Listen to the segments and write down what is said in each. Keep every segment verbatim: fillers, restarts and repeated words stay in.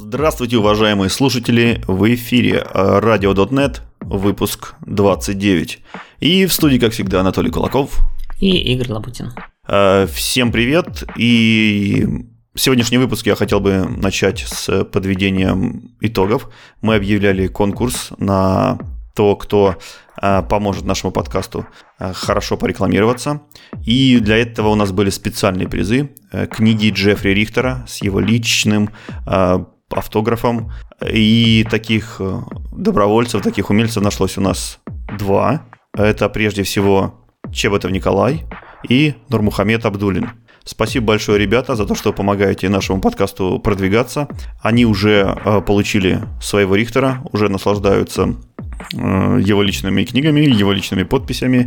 Здравствуйте, уважаемые слушатели! В эфире радио точка нет, выпуск двадцать девять. И в студии, как всегда, Анатолий Кулаков и Игорь Лабутин. Всем привет! И сегодняшний выпуск я хотел бы начать с подведением итогов. Мы объявляли конкурс на то, кто поможет нашему подкасту хорошо порекламироваться. И для этого у нас были специальные призы. Книги Джеффри Рихтера с его личным автографом. И таких добровольцев, таких умельцев нашлось у нас два. Это прежде всего Чеботов Николай и Нурмухамед Абдуллин. Спасибо большое, ребята, за то, что помогаете нашему подкасту продвигаться. Они уже получили своего Рихтера, уже наслаждаются его личными книгами, его личными подписями.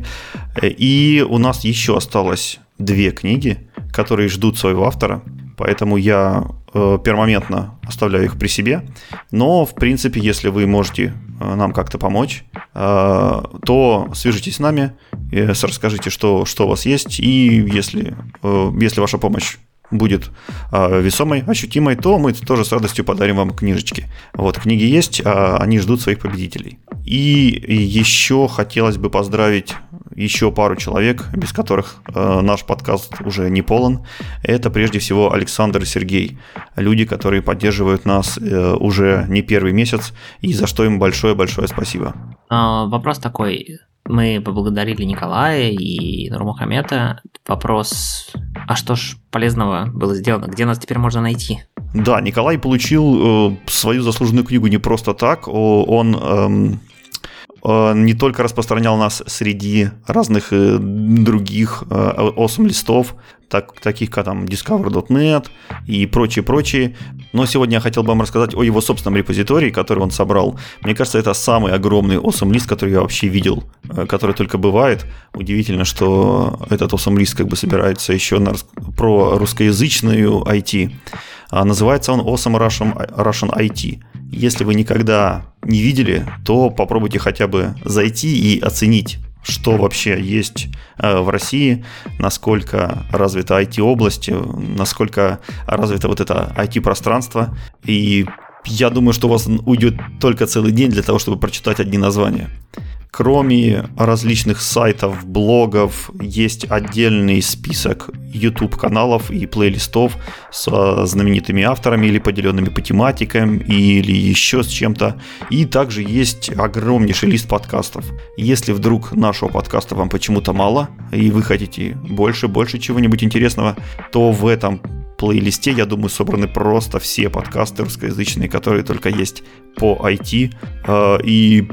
И у нас еще осталось две книги, которые ждут своего автора. Поэтому я э, пермоментно оставляю их при себе. Но, в принципе, если вы можете э, нам как-то помочь, э, то свяжитесь с нами, э, расскажите, что, что у вас есть. И если, э, если ваша помощь будет э, весомой, ощутимой, то мы тоже с радостью подарим вам книжечки. Вот, книги есть, а они ждут своих победителей. И, и еще хотелось бы поздравить еще пару человек, без которых э, наш подкаст уже не полон. Это прежде всего Александр и Сергей. Люди, которые поддерживают нас э, уже не первый месяц, и за что им большое-большое спасибо. А, вопрос такой. Мы поблагодарили Николая и Нурмухамеда. Вопрос, а что ж полезного было сделано? Где нас теперь можно найти? Да, Николай получил э, свою заслуженную книгу не просто так. Он... Э, не только распространял нас среди разных других awesome-листов, так, таких как там Discover точка нет и прочее-прочее. Но сегодня я хотел бы вам рассказать о его собственном репозитории, который он собрал. Мне кажется, это самый огромный awesome-лист, который я вообще видел, который только бывает. Удивительно, что этот awesome-лист как бы собирается еще на, про русскоязычную ай ти. Называется он Awesome Russian, Russian ай ти. Если вы никогда не видели, то попробуйте хотя бы зайти и оценить, что вообще есть в России, насколько развита ай ти-область, насколько развито вот это ай ти-пространство. И я думаю, что у вас уйдет только целый день для того, чтобы прочитать одни названия. Кроме различных сайтов, блогов, есть отдельный список YouTube-каналов и плейлистов с знаменитыми авторами или поделенными по тематикам, или еще с чем-то. И также есть огромнейший лист подкастов. Если вдруг нашего подкаста вам почему-то мало, и вы хотите больше, больше чего-нибудь интересного, то в этом плейлисте, я думаю, собраны просто все подкасты русскоязычные, которые только есть по ай ти. И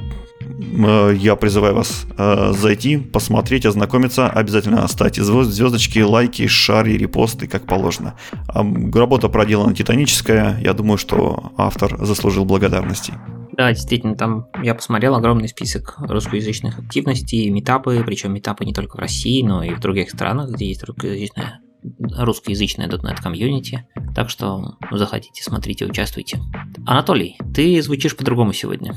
я призываю вас э, зайти, посмотреть, ознакомиться. Обязательно ставьте звездочки, лайки, шары, репосты, как положено. А работа проделана титаническая. Я думаю, что автор заслужил благодарности. Да, действительно, там я посмотрел огромный список русскоязычных активностей, митапы, причем митапы не только в России, но и в других странах, где есть русскоязычная русскоязычное точка нет комьюнити. Так что заходите, смотрите, участвуйте. Анатолий, ты звучишь по-другому сегодня.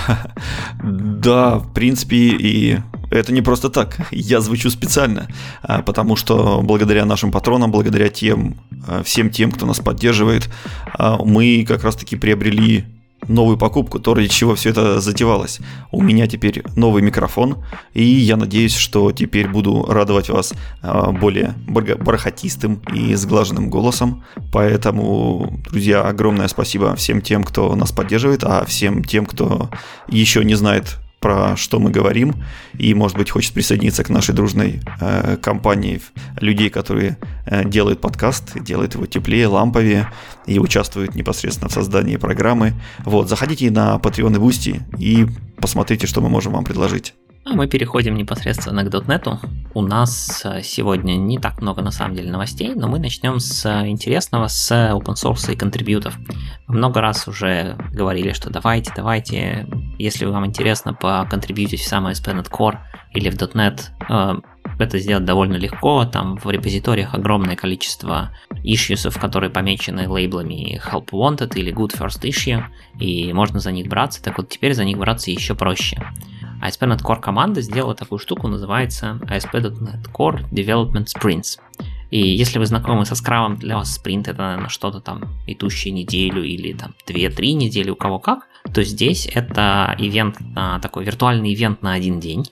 Да, в принципе, и это не просто так. Я звучу специально, потому что благодаря нашим патронам, благодаря тем, всем тем, кто нас поддерживает, мы как раз-таки приобрели новую покупку, то, ради чего все это затевалось. У меня теперь новый микрофон, и я надеюсь, что теперь буду радовать вас более бархатистым и сглаженным голосом. Поэтому, друзья, огромное спасибо всем тем, кто нас поддерживает, а всем тем, кто еще не знает, про что мы говорим, и, может быть, хочет присоединиться к нашей дружной э, компании людей, которые э, делают подкаст, делают его теплее, ламповее и участвуют непосредственно в создании программы. Вот, заходите на Patreon и Boosty и посмотрите, что мы можем вам предложить. А мы переходим непосредственно к .точка нет. У нас сегодня не так много на самом деле новостей, но мы начнем с интересного, с open source и контрибьютов. Много раз уже говорили, что давайте, давайте, если вам интересно поконтрибьютить в самое эй эс пи точка нет Core или в .точка нет, это сделать довольно легко. Там в репозиториях огромное количество ишьюсов, которые помечены лейблами Help Wanted или Good First Issue, и можно за них браться. Так вот, теперь за них браться еще проще. эй эс пи точка нет Core команда сделала такую штуку, называется эй эс пи точка нет Core Development Sprints. И если вы знакомы со скрамом, для вас спринт это, наверное, что-то там идущее неделю или там две-три недели, у кого как, то здесь это ивент, такой виртуальный ивент на один день,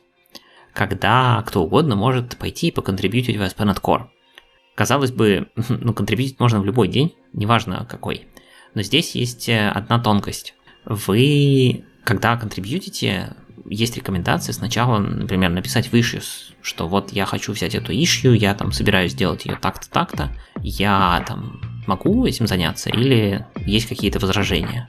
когда кто угодно может пойти и поконтрибьютить в эй эс пи точка нет Core. Казалось бы, ну, контрибьютить можно в любой день, неважно какой. Но здесь есть одна тонкость. Вы, когда контрибьютите, есть рекомендации сначала, например, написать в issues, что вот я хочу взять эту issue, я там собираюсь сделать ее так-то, так-то, я там могу этим заняться или есть какие-то возражения.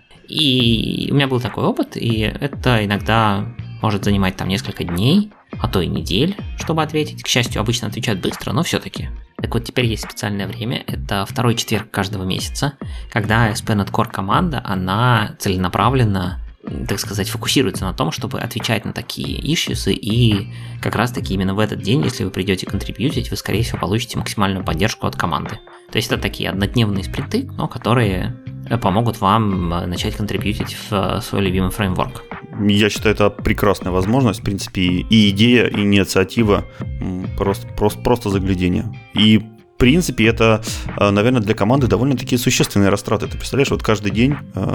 И у меня был такой опыт, и это иногда может занимать там несколько дней, а то и недель, чтобы ответить. К счастью, обычно отвечают быстро, но все-таки. Так вот, теперь есть специальное время, это второй четверг каждого месяца, когда эй эс пи точка нет Core команда, она целенаправленно, так сказать, фокусируется на том, чтобы отвечать на такие issues, и как раз таки именно в этот день, если вы придете контрибьютить, вы, скорее всего, получите максимальную поддержку от команды. То есть это такие однодневные спринты, но которые помогут вам начать контрибьютить в свой любимый фреймворк. Я считаю, это прекрасная возможность, в принципе, и идея, и инициатива, просто, просто, просто заглядение. И в принципе, это, наверное, для команды довольно-таки существенные растраты. Ты представляешь, вот каждый день,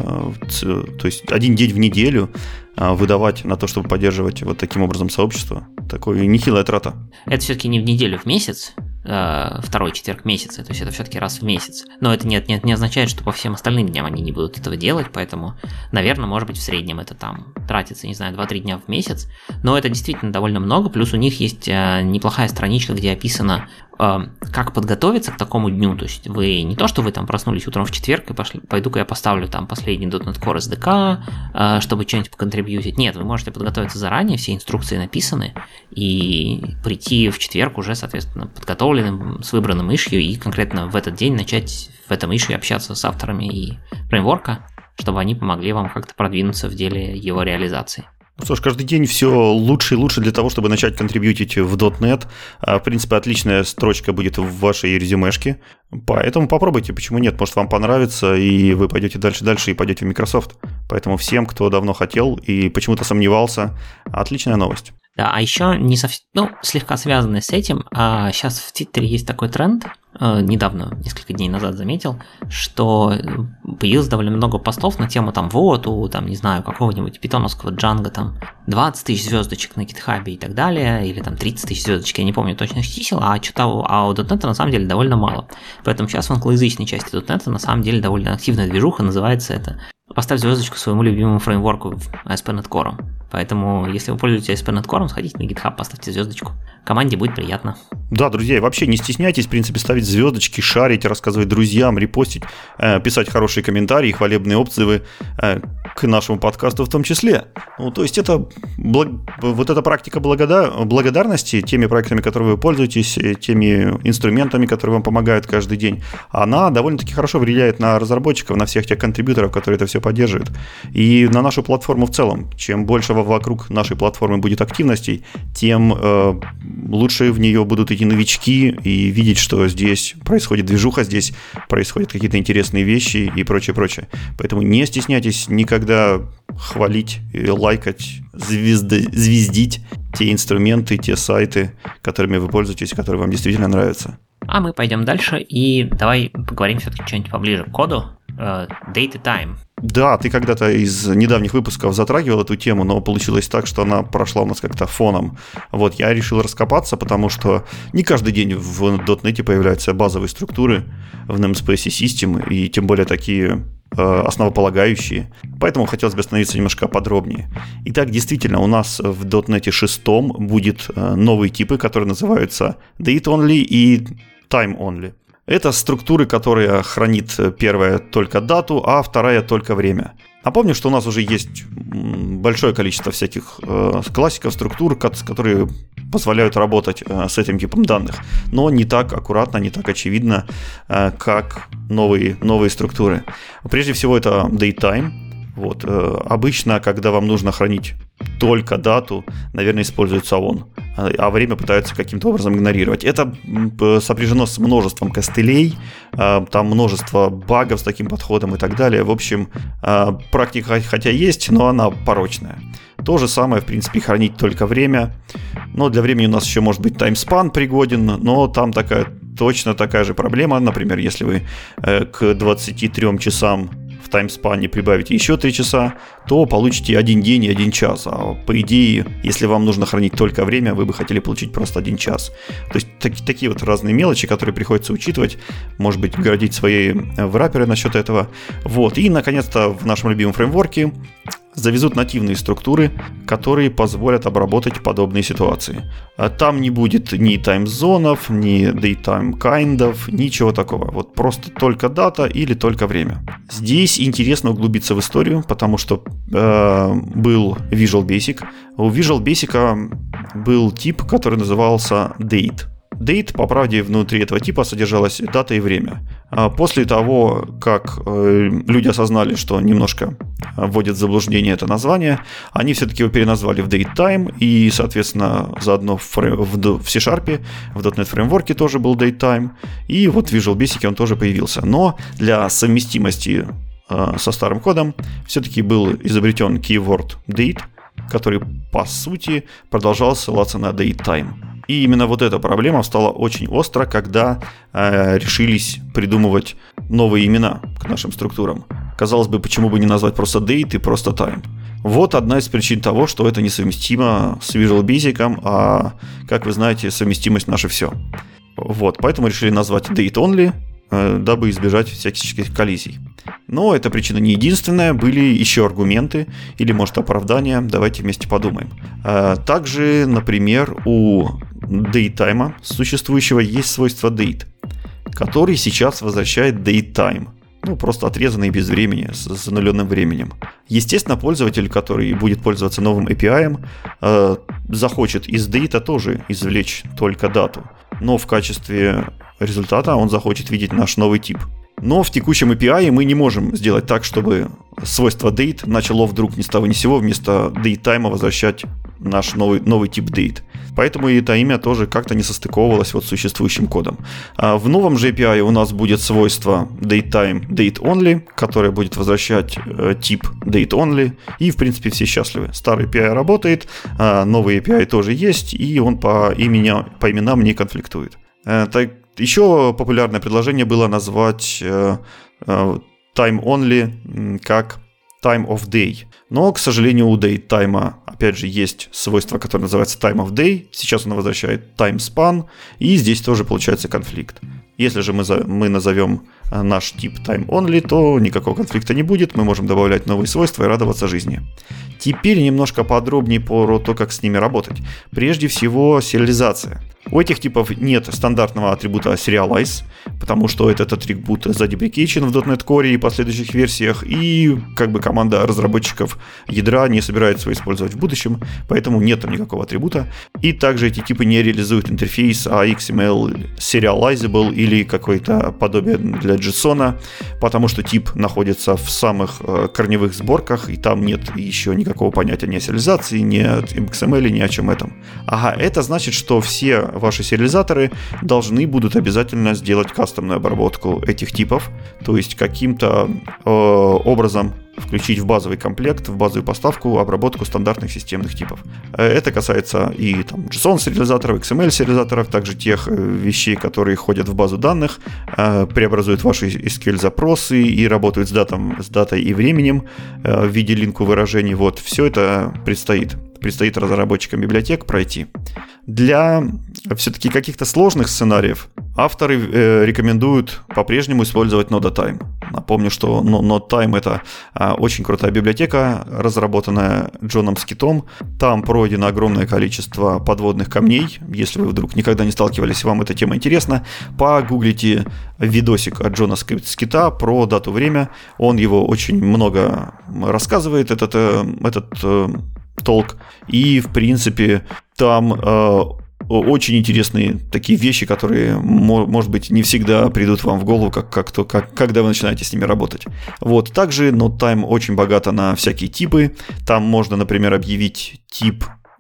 то есть один день в неделю выдавать на то, чтобы поддерживать вот таким образом сообщество, такой нехилая трата. Это все-таки не в неделю, в месяц, второй четверг месяца, то есть это все-таки раз в месяц. Но это нет, нет, не означает, что по всем остальным дням они не будут этого делать, поэтому, наверное, может быть, в среднем это там тратится, не знаю, два-три дня в месяц, но это действительно довольно много, плюс у них есть неплохая страничка, где описано, как подготовиться к такому дню. То есть вы не то, что вы там проснулись утром в четверг и пошли, пойду-ка я поставлю там последний .дот нет Core эс ди кей, чтобы что-нибудь поконтрибьютить. Нет, вы можете подготовиться заранее, все инструкции написаны, и прийти в четверг уже, соответственно, подготовленным, с выбранным issue, и конкретно в этот день начать в этом issue общаться с авторами и фреймворка, чтобы они помогли вам как-то продвинуться в деле его реализации. Ну что ж, каждый день все лучше и лучше для того, чтобы начать контрибьютить в .дот нет. В принципе, отличная строчка будет в вашей резюмешке. Поэтому попробуйте, почему нет, может вам понравится, и вы пойдете дальше-дальше и пойдете в Microsoft. Поэтому всем, кто давно хотел и почему-то сомневался, отличная новость. Да, а еще не совсем, ну, слегка связанный с этим, а сейчас в Твиттере есть такой тренд, э, недавно, несколько дней назад заметил, что появилось довольно много постов на тему там вот у, там, не знаю, какого-нибудь питоновского Django там двадцать тысяч звездочек на GitHub и так далее, или там тридцать тысяч звездочек, я не помню точно чисел, а что-то а у .дот нет на самом деле довольно мало. Поэтому сейчас в англоязычной части .дот нет на самом деле довольно активная движуха, называется это «Поставь звездочку своему любимому фреймворку в эй эс пи точка нет Core». Поэтому, если вы пользуетесь эй эс пи точка нет Core, сходите на GitHub, поставьте звездочку. Команде будет приятно. Да, друзья, и вообще не стесняйтесь, в принципе, ставить звездочки, шарить, рассказывать друзьям, репостить, э, писать хорошие комментарии, хвалебные отзывы э, к нашему подкасту в том числе. Ну, то есть это благ... вот эта практика благодар... благодарности теми проектами, которыми вы пользуетесь, теми инструментами, которые вам помогают каждый день, она довольно-таки хорошо влияет на разработчиков, на всех тех контрибьюторов, которые это все поддерживают, и на нашу платформу в целом. Чем больше вокруг нашей платформы будет активностей, тем э, лучше в нее будут идти новички и видеть, что здесь происходит движуха, здесь происходят какие-то интересные вещи и прочее, прочее. Поэтому не стесняйтесь никогда хвалить, лайкать, звезды, звездить те инструменты, те сайты, которыми вы пользуетесь, которые вам действительно нравятся. А мы пойдем дальше и давай поговорим все-таки что-нибудь поближе к коду. Uh, date и time. Да, ты когда-то из недавних выпусков затрагивал эту тему, но получилось так, что она прошла у нас как-то фоном. Вот, я решил раскопаться, потому что не каждый день в .дот нет появляются базовые структуры в namespace System, и тем более такие э, основополагающие. Поэтому хотелось бы остановиться немножко подробнее. Итак, действительно, у нас в .дот нет шесть будет э, новые типы, которые называются date only и time only. Это структуры, которые хранит первая только дату, а вторая только время. Напомню, что у нас уже есть большое количество всяких э, классиков структур, которые позволяют работать э, с этим типом данных, но не так аккуратно, не так очевидно, э, как новые, новые структуры. Прежде всего, это datetime. Вот, э, обычно, когда вам нужно хранить только дату, наверное, используется он, а время пытаются каким-то образом игнорировать. Это сопряжено с множеством костылей, там множество багов с таким подходом и так далее. В общем, практика хотя есть, но она порочная. То же самое, в принципе, хранить только время. Но для времени у нас еще может быть таймспан пригоден, но там такая точно такая же проблема. Например, если вы к двадцати трём часам в таймспане прибавите еще три часа, то получите один день и один час. А по идее, если вам нужно хранить только время, вы бы хотели получить просто один час. То есть так, такие вот разные мелочи, которые приходится учитывать, может быть, городить свои врапперы насчет этого. Вот. И, наконец-то, в нашем любимом фреймворке завезут нативные структуры, которые позволят обработать подобные ситуации. Там не будет ни таймзонов, ни datetime kindов, ничего такого. Вот просто только дата или только время. Здесь интересно углубиться в историю, потому что э, был Visual Basic. У Visual Basic был тип, который назывался date. Date, по правде, внутри этого типа содержалась дата и время. После того, как люди осознали, что немножко вводят в заблуждение это название, они все-таки его переназвали в DateTime, и, соответственно, заодно в C-Sharp, в .дот нет фреймворке тоже был DateTime, и вот в Visual Basic он тоже появился. Но для совместимости со старым кодом все-таки был изобретен keyword date, который, по сути, продолжал ссылаться на DateTime. И именно вот эта проблема стала очень остро, когда э, решились придумывать новые имена к нашим структурам. Казалось бы, почему бы не назвать просто date и просто time? Вот одна из причин того, что это несовместимо с Visual Basic, а, как вы знаете, совместимость наше все. Вот, поэтому решили назвать date only, э, дабы избежать всяких коллизий. Но эта причина не единственная, были еще аргументы или, может, оправдания, давайте вместе подумаем. Также, например, у DateTime существующего есть свойство date, который сейчас возвращает DateTime, ну, просто отрезанный без времени, с зануленным временем. Естественно, пользователь, который будет пользоваться новым эй пи ай, захочет из data тоже извлечь только дату, но в качестве результата он захочет видеть наш новый тип. Но в текущем эй пи ай мы не можем сделать так, чтобы свойство date начало вдруг ни с того ни с сего вместо datetime возвращать наш новый, новый тип date. Поэтому и это имя тоже как-то не состыковывалось вот с существующим кодом. А в новом же эй пи ай у нас будет свойство datetime dateOnly, которое будет возвращать э, тип dateOnly, и в принципе все счастливы. Старый эй пи ай работает, а новый эй пи ай тоже есть, и он по, имени, по именам не конфликтует. Э, так, еще популярное предложение было назвать э, э, time only как time of day. Но, к сожалению, у datetime, опять же, есть свойство, которое называется time of day. Сейчас оно возвращает time span, и здесь тоже получается конфликт. Если же мы, за, мы назовем наш тип time only, то никакого конфликта не будет, мы можем добавлять новые свойства и радоваться жизни. Теперь немножко подробнее про то, как с ними работать. Прежде всего, сериализация. У этих типов нет стандартного атрибута serialize, потому что этот атрибут задеприкейчен в .дот нет Core и последующих версиях, и как бы команда разработчиков ядра не собирается его использовать в будущем, поэтому нет там никакого атрибута. И также эти типы не реализуют интерфейс эй икс эм эл serializable или какое-то подобие для JSON, потому что тип находится в самых корневых сборках, и там нет еще никакого понятия ни о сериализации, ни о икс эм эл, ни о чем этом. Ага, это значит, что все ваши сериализаторы должны будут обязательно сделать кастомную обработку этих типов, то есть каким-то э, образом включить в базовый комплект, в базовую поставку обработку стандартных системных типов. Это касается и там, JSON-сериализаторов, икс эм эл-сериализаторов, также тех вещей, которые ходят в базу данных, преобразуют ваши эс кью эль-запросы и работают с, датом, с датой и временем в виде линку выражений. Вот, все это предстоит. Предстоит разработчикам библиотек пройти. Для все-таки каких-то сложных сценариев авторы э, рекомендуют по-прежнему использовать NodaTime. Напомню, что NodaTime — это э, очень крутая библиотека, разработанная Джоном Скитом. Там пройдено огромное количество подводных камней. Если вы вдруг никогда не сталкивались, вам эта тема интересна, погуглите видосик от Джона Скита про дату-время. Он его очень много рассказывает, этот, этот толк. И, в принципе, там э, очень интересные такие вещи, которые, может быть, не всегда придут вам в голову, как, как то, как, когда вы начинаете с ними работать. Вот. Также NodeTime очень богата на всякие типы. Там можно, например, объявить тип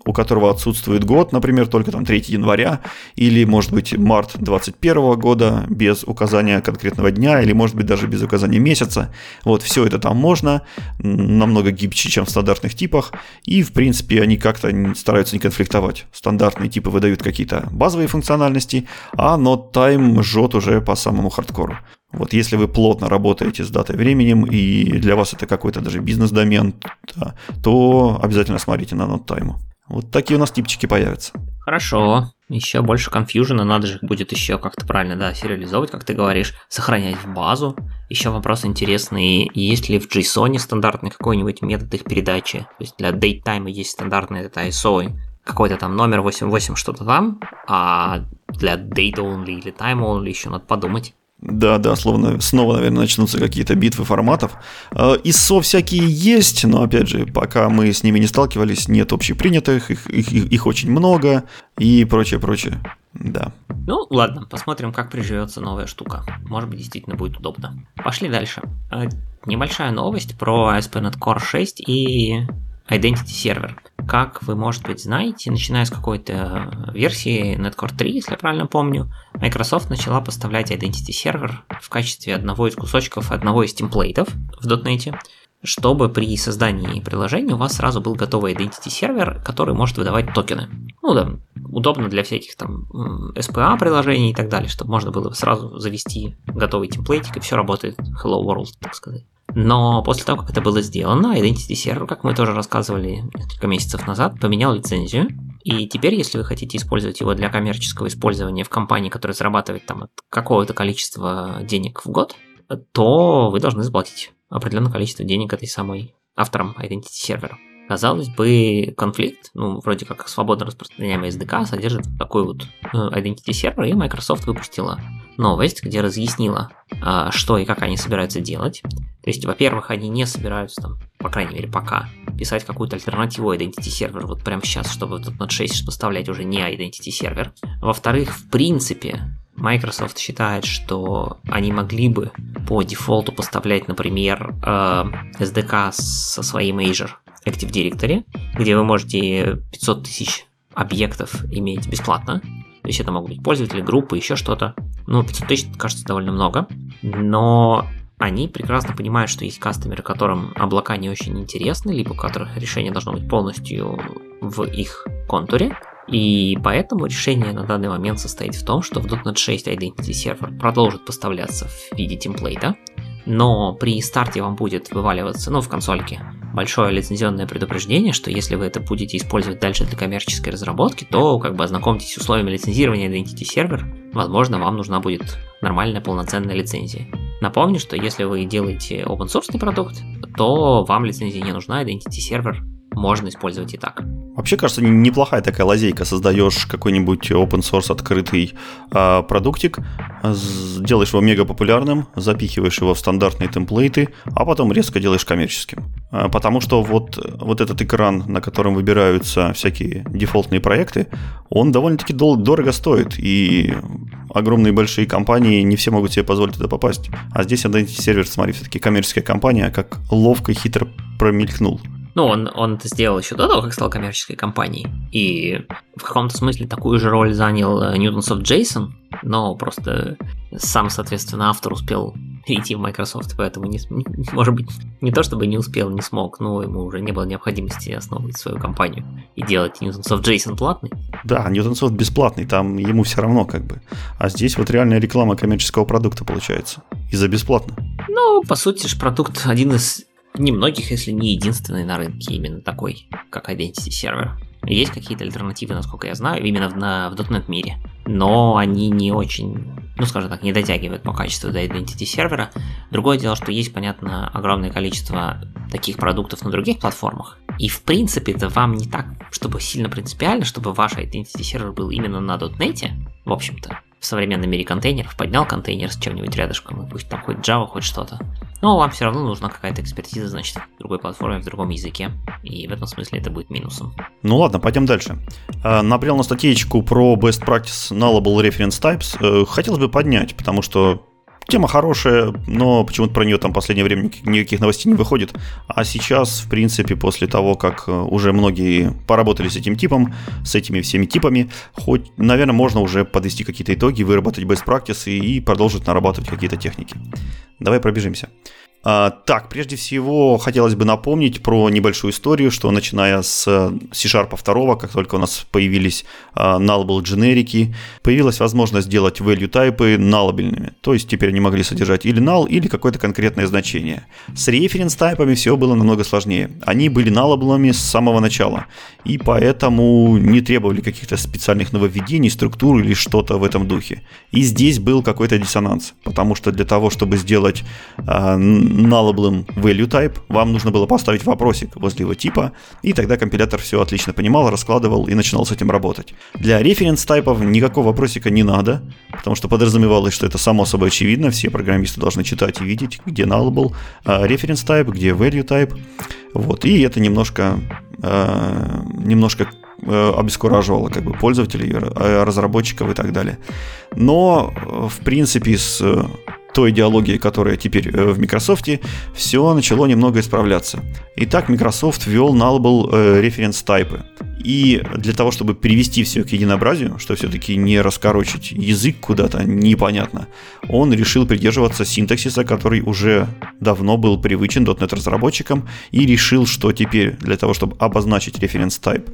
у которого отсутствует год, например, только там третьего января, или, может быть, март двадцать первого года без указания конкретного дня, или, может быть, даже без указания месяца. Вот, все это там можно, намного гибче, чем в стандартных типах, и, в принципе, они как-то стараются не конфликтовать. Стандартные типы выдают какие-то базовые функциональности, а NodeTime жжет уже по самому хардкору. Вот если вы плотно работаете с датой временем, и для вас это какой-то даже бизнес-домен, да, то обязательно смотрите на NodeTime. Вот такие у нас типчики появятся. Хорошо. Еще больше конфьюжена, надо же будет еще как-то правильно, да, сериализовывать, как ты говоришь, сохранять в базу. Еще вопрос интересный, есть ли в JSON стандартный какой-нибудь метод их передачи? То есть для DateTime есть стандартный этот ай эс о, какой-то там номер восемь восемь что-то там, а для Date Only или Time Only еще надо подумать. Да, да, словно снова, наверное, начнутся какие-то битвы форматов. ай эс о всякие есть, но, опять же, пока мы с ними не сталкивались, нет общепринятых, их, их, их очень много и прочее, прочее. Да. Ну, ладно, посмотрим, как приживется новая штука. Может быть, действительно будет удобно. Пошли дальше. Небольшая новость про эй эс пи точка нет Core шесть и Identity Server. Как вы, может быть, знаете, начиная с какой-то версии Netcore три, если я правильно помню, Microsoft начала поставлять Identity Server в качестве одного из кусочков одного из темплейтов в .дот нет, чтобы при создании приложения у вас сразу был готовый Identity Server, который может выдавать токены. Ну да, удобно для всяких там эс пи эй приложений и так далее, чтобы можно было сразу завести готовый темплейтик, и все работает Hello World, так сказать. Но после того, как это было сделано, Identity Server, как мы тоже рассказывали несколько месяцев назад, поменял лицензию. И теперь, если вы хотите использовать его для коммерческого использования в компании, которая зарабатывает там какое-то количество денег в год, то вы должны заплатить определенное количество денег этой самой авторам Identity Server. Казалось бы, конфликт, ну, вроде как свободно распространяемый эс ди кей содержит такой вот Identity Server, и Microsoft выпустила новость, где разъяснила, что и как они собираются делать. То есть, во-первых, они не собираются, там, по крайней мере, пока, писать какую-то альтернативу Identity Server вот прямо сейчас, чтобы в .дот нет шесть поставлять уже не Identity Server. Во-вторых, в принципе, Microsoft считает, что они могли бы по дефолту поставлять, например, эс ди кей со своим Azure Active Directory, где вы можете пятьсот тысяч объектов иметь бесплатно. То есть это могут быть пользователи, группы, еще что-то. Ну, пятьсот тысяч, кажется, довольно много. Но они прекрасно понимают, что есть кастомеры, которым облака не очень интересны, либо у которых решение должно быть полностью в их контуре. И поэтому решение на данный момент состоит в том, что в .дот нет шесть Identity Server продолжит поставляться в виде темплейта, но при старте вам будет вываливаться, ну, в консольке, большое лицензионное предупреждение, что если вы это будете использовать дальше для коммерческой разработки, то как бы ознакомьтесь с условиями лицензирования Identity Server, возможно, вам нужна будет нормальная полноценная лицензия. Напомню, что если вы делаете open source продукт, то вам лицензия не нужна, Identity Server можно использовать и так. Вообще, кажется, неплохая такая лазейка. Создаешь какой-нибудь open source открытый э, продуктик, делаешь его мега популярным, запихиваешь его в стандартные темплейты, а потом резко делаешь коммерческим. Э, потому что вот, вот этот экран, на котором выбираются всякие дефолтные проекты, он довольно-таки дол- дорого стоит, и огромные большие компании не все могут себе позволить туда попасть. А здесь Identity Server, смотри, все-таки коммерческая компания, как ловко и хитро промелькнул. Ну, он, он это сделал еще до того, как стал коммерческой компанией. И в каком-то смысле такую же роль занял Newtonsoft Джейсон, но просто сам, соответственно, автор успел перейти в Microsoft, поэтому, не, может быть, не то чтобы не успел, не смог, но ему уже не было необходимости основывать свою компанию и делать Newtonsoft Джейсон платный. Да, Newtonsoft бесплатный, там ему все равно как бы. А здесь вот реальная реклама коммерческого продукта получается. И за бесплатно. Ну, по сути же, продукт один из немногих, если не единственный на рынке именно такой, как Identity Server. Есть какие-то альтернативы, насколько я знаю, именно в, на, в .дот нет мире, но они не очень, ну скажем так, не дотягивают по качеству до Identity Server. Другое дело, что есть, понятно, огромное количество таких продуктов на других платформах, и в принципе это вам не так, чтобы сильно принципиально, чтобы ваш Identity Server был именно на .дот нет, в общем-то. В современном мире контейнеров поднял контейнер с чем-нибудь рядышком, и пусть там хоть Java, хоть что-то. Но вам все равно нужна какая-то экспертиза, значит, в другой платформе, в другом языке. И в этом смысле это будет минусом. Ну ладно, пойдем дальше. Набрел на статейку про Best Practice Nullable Reference Types. Хотелось бы поднять, потому что Тема хорошая, но почему-то про нее там в последнее время никаких новостей не выходит. А сейчас, в принципе, после того, как уже многие поработали с этим типом, с этими всеми типами, хоть, наверное, можно уже подвести какие-то итоги, выработать best practices и продолжить нарабатывать какие-то техники. Давай пробежимся. А, так, прежде всего, хотелось бы напомнить про небольшую историю, что начиная с C-Sharp два, как только у нас появились а, nullable дженерики, появилась возможность сделать value type nullable-ными. То есть теперь они могли содержать или null, или какое-то конкретное значение. С reference typами все было намного сложнее. Они были nullable-ными с самого начала, и поэтому не требовали каких-то специальных нововведений, структур или что-то в этом духе. И здесь был какой-то диссонанс, потому что для того, чтобы сделать а, nullable value type, вам нужно было поставить вопросик возле его типа, и тогда компилятор все отлично понимал, раскладывал и начинал с этим работать. Для reference тайпов никакого вопросика не надо, потому что подразумевалось, что это само собой очевидно, все программисты должны читать и видеть, где nullable reference type, где value type. Вот, и это немножко, э, немножко э, обескураживало как бы пользователей, разработчиков и так далее. Но, в принципе, с той идеологией, которая теперь в Microsoft, все начало немного исправляться. Итак, Microsoft ввел nullable reference type. И для того, чтобы привести все к единообразию, что все-таки не раскорочить язык куда-то непонятно, он решил придерживаться синтаксиса, который уже давно был привычен .дот нет разработчикам, и решил, что теперь для того, чтобы обозначить reference type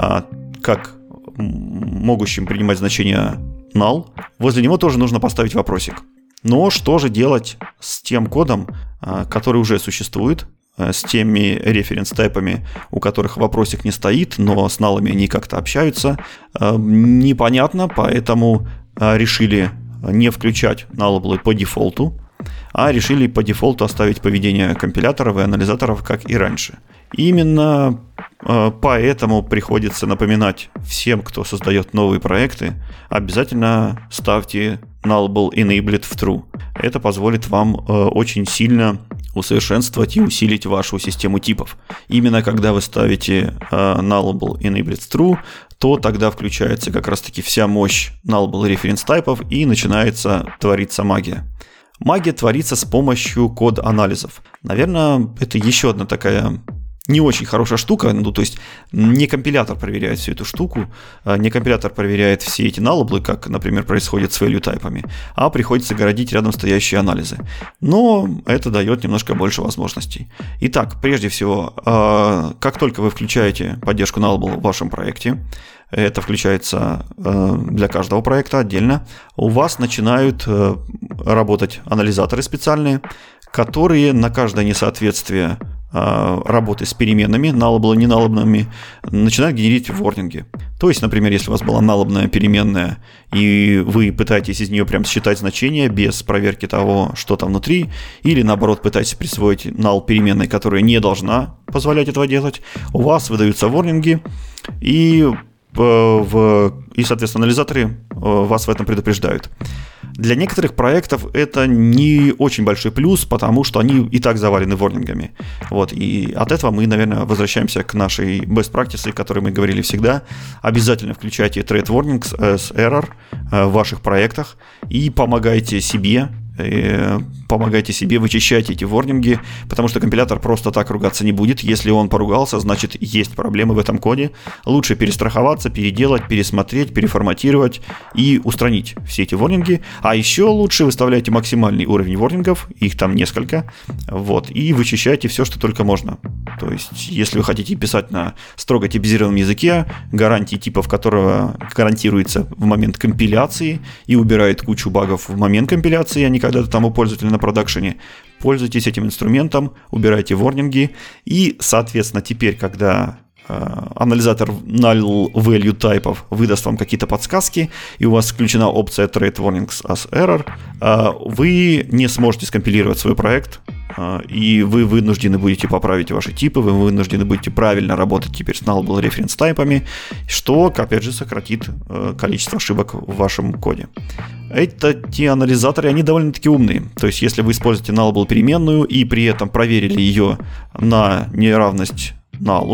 как могущим принимать значение null, возле него тоже нужно поставить вопросик. Но что же делать с тем кодом, который уже существует, с теми референс-тайпами, у которых вопросик не стоит, но с налами они как-то общаются, непонятно, поэтому решили не включать nullable по дефолту, а решили по дефолту оставить поведение компиляторов и анализаторов, как и раньше. Именно поэтому приходится напоминать всем, кто создает новые проекты, обязательно ставьте nullable enabled в true. Это позволит вам очень сильно усовершенствовать и усилить вашу систему типов. Именно когда вы ставите nullable enabled true, то тогда включается как раз-таки вся мощь nullable reference тайпов и начинается твориться магия. Магия творится с помощью код-анализов. Наверное, это еще одна такая не очень хорошая штука, ну, то есть не компилятор проверяет всю эту штуку, не компилятор проверяет все эти nullable, как, например, происходит с value тайпами, а приходится городить рядом стоящие анализы. Но это дает немножко больше возможностей. Итак, прежде всего, как только вы включаете поддержку nullable в вашем проекте, это включается для каждого проекта отдельно, у вас начинают работать анализаторы специальные, которые на каждое несоответствие работы с переменными, nullable, не nullable, начинают генерить ворнинги. То есть, например, если у вас была nullable переменная, и вы пытаетесь из нее прям считать значение без проверки того, что там внутри, или наоборот пытаетесь присвоить null переменной, которая не должна позволять этого делать, у вас выдаются ворнинги, и, в, и соответственно, анализаторы вас в этом предупреждают. Для некоторых проектов это не очень большой плюс, потому что они и так завалены ворнингами. Вот, и от этого мы, наверное, возвращаемся к нашей best practice, о которой мы говорили всегда. Обязательно включайте thread warnings as error в ваших проектах и помогайте себе, помогайте себе, вычищайте эти ворнинги, потому что компилятор просто так ругаться не будет. Если он поругался, значит, есть проблемы в этом коде. Лучше перестраховаться, переделать, пересмотреть, переформатировать и устранить все эти ворнинги. А еще лучше выставляйте максимальный уровень ворнингов, их там несколько, вот, и вычищайте все, что только можно. То есть, если вы хотите писать на строго типизированном языке, гарантии типов которого гарантируется в момент компиляции и убирает кучу багов в момент компиляции, а не когда-то там у пользователя на продакшене, пользуйтесь этим инструментом, убирайте ворнинги, и, соответственно, теперь, когда э, анализатор null value тайпов выдаст вам какие-то подсказки, и у вас включена опция thread warnings as error, э, вы не сможете скомпилировать свой проект, э, и вы вынуждены будете поправить ваши типы, вы вынуждены будете правильно работать теперь с nullable reference тайпами, что, опять же, сократит э, количество ошибок в вашем коде. Это те анализаторы, они довольно-таки умные. То есть, если вы используете nullable переменную и при этом проверили ее на неравность null,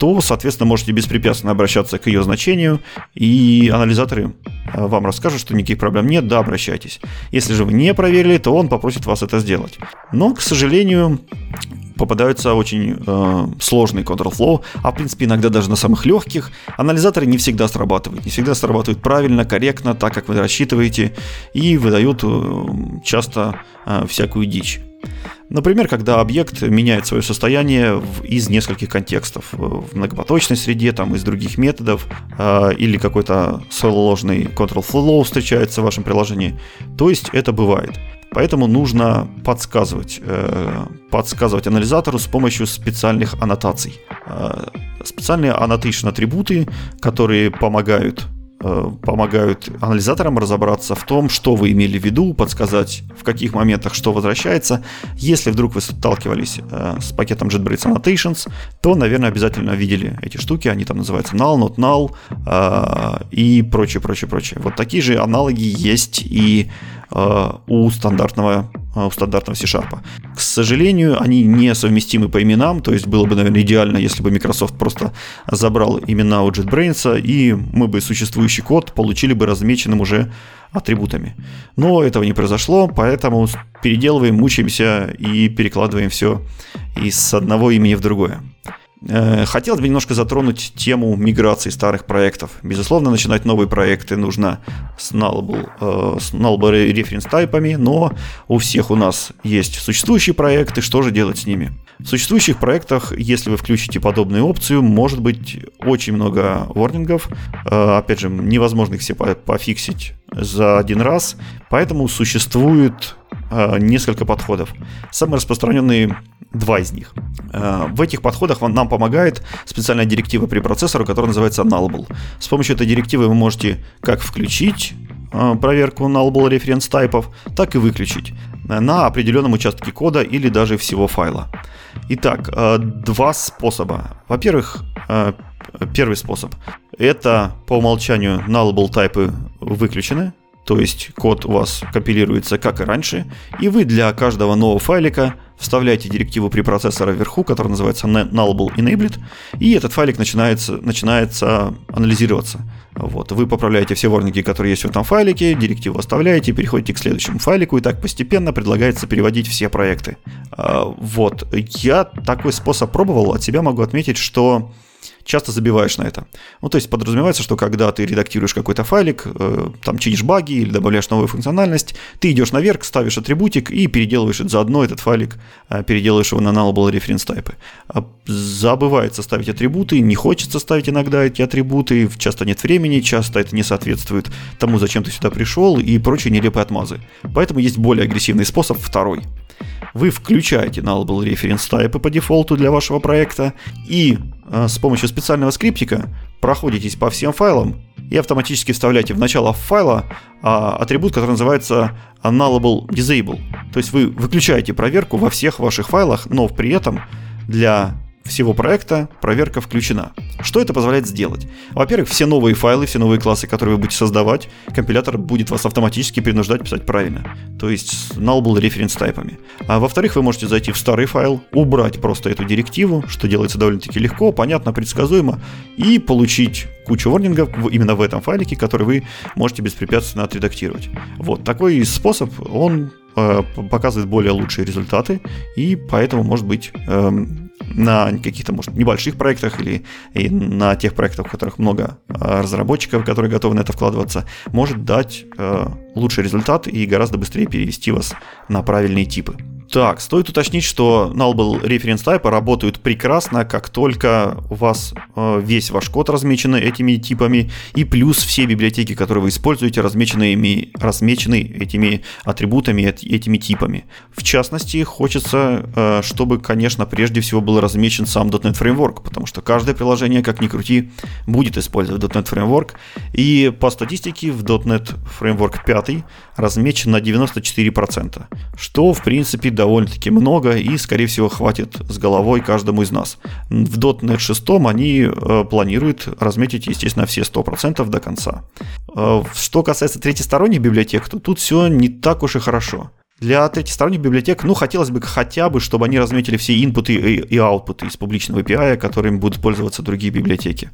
то, соответственно, можете беспрепятственно обращаться к ее значению, и анализаторы вам расскажут, что никаких проблем нет, да, обращайтесь. Если же вы не проверили, то он попросит вас это сделать. Но, к сожалению, попадаются очень э, сложные control flow, а в принципе иногда даже на самых легких анализаторы не всегда срабатывают, не всегда срабатывают правильно, корректно, так как вы рассчитываете, и выдают э, часто э, всякую дичь. Например, когда объект меняет свое состояние в, из нескольких контекстов, в многопоточной среде, там, из других методов, э, или какой-то сложный control flow встречается в вашем приложении, то есть это бывает. Поэтому нужно подсказывать, э, подсказывать анализатору с помощью специальных аннотаций. Э, специальные annotation атрибуты, которые помогают, э, помогают анализаторам разобраться в том, что вы имели в виду, подсказать, в каких моментах что возвращается. Если вдруг вы сталкивались э, с пакетом JetBrains Annotations, то, наверное, обязательно видели эти штуки. Они там называются null, not null э, и прочее, прочее, прочее. Вот такие же аналоги есть и у стандартного, у стандартного C-Sharp. К сожалению, они не совместимы по именам, то есть было бы, наверное, идеально, если бы Microsoft просто забрал имена у JetBrains, и мы бы существующий код получили бы размеченным уже атрибутами. Но этого не произошло, поэтому переделываем, мучаемся и перекладываем все из одного имени в другое. Хотелось бы немножко затронуть тему миграции старых проектов. Безусловно, начинать новые проекты нужно с nullable, э, с nullable reference тайпами, но у всех у нас есть существующие проекты, что же делать с ними? В существующих проектах, если вы включите подобную опцию, может быть очень много ворнингов. Э, опять же, невозможно их все пофиксить за один раз, поэтому существует э, несколько подходов. Самые распространенные два из них. В этих подходах нам помогает специальная директива при процессору, которая называется nullable. С помощью этой директивы вы можете как включить проверку nullable reference тайпов, так и выключить на определенном участке кода или даже всего файла. Итак, два способа. Во-первых, первый способ – это по умолчанию nullable тайпы выключены, то есть код у вас компилируется как и раньше, и вы для каждого нового файлика вставляете директиву препроцессора вверху, которая называется nullable enabled, и этот файлик начинается, начинается анализироваться. Вот. Вы поправляете все ворнинги, которые есть в этом файлике, директиву оставляете, переходите к следующему файлику, и так постепенно предлагается переводить все проекты. Вот. Я такой способ пробовал, от себя могу отметить, что часто забиваешь на это. Ну, то есть подразумевается, что когда ты редактируешь какой-то файлик, э, там чинишь баги или добавляешь новую функциональность, ты идешь наверх, ставишь атрибутик и переделываешь заодно этот файлик, э, переделываешь его на nullable reference type. Забывается ставить атрибуты, не хочется ставить иногда эти атрибуты, часто нет времени, часто это не соответствует тому, зачем ты сюда пришел, и прочие нелепые отмазы. Поэтому есть более агрессивный способ, второй. Вы включаете nullable reference type по дефолту для вашего проекта и э, с помощью специального скриптика проходитесь по всем файлам и автоматически вставляете в начало файла э, атрибут, который называется nullable disable. То есть вы выключаете проверку во всех ваших файлах, но при этом для всего проекта проверка включена. Что это позволяет сделать? Во-первых, все новые файлы, все новые классы, которые вы будете создавать, компилятор будет вас автоматически принуждать писать правильно, то есть с nullable reference тайпами. А во-вторых, вы можете зайти в старый файл, убрать просто эту директиву, что делается довольно-таки легко, понятно, предсказуемо, и получить кучу ворнингов именно в этом файлике, который вы можете беспрепятственно отредактировать. Вот такой способ, он э, показывает более лучшие результаты, и поэтому, может быть, э, на каких-то, может, небольших проектах или и на тех проектах, в которых много э, разработчиков, которые готовы на это вкладываться, может дать э, лучший результат и гораздо быстрее перевести вас на правильные типы. Так, стоит уточнить, что nullable reference type работают прекрасно, как только у вас э, весь ваш код размечен этими типами, и плюс все библиотеки, которые вы используете, размечены, ими, размечены этими атрибутами, этими типами. В частности, хочется, э, чтобы, конечно, прежде всего был размечен сам .дот нет Framework, потому что каждое приложение, как ни крути, будет использовать .дот нет Framework, и по статистике в .дот нет Framework пять размечен на девяносто четыре процента, что, в принципе, довольно-таки много и, скорее всего, хватит с головой каждому из нас. В .дот нет шесть они э, планируют разметить, естественно, все сто процентов до конца. Э, что касается третьесторонних библиотек, то тут все не так уж и хорошо. Для третьесторонних библиотек, ну, хотелось бы хотя бы, чтобы они разметили все инпуты и, и аутпуты из публичного эй пи ай, которыми будут пользоваться другие библиотеки.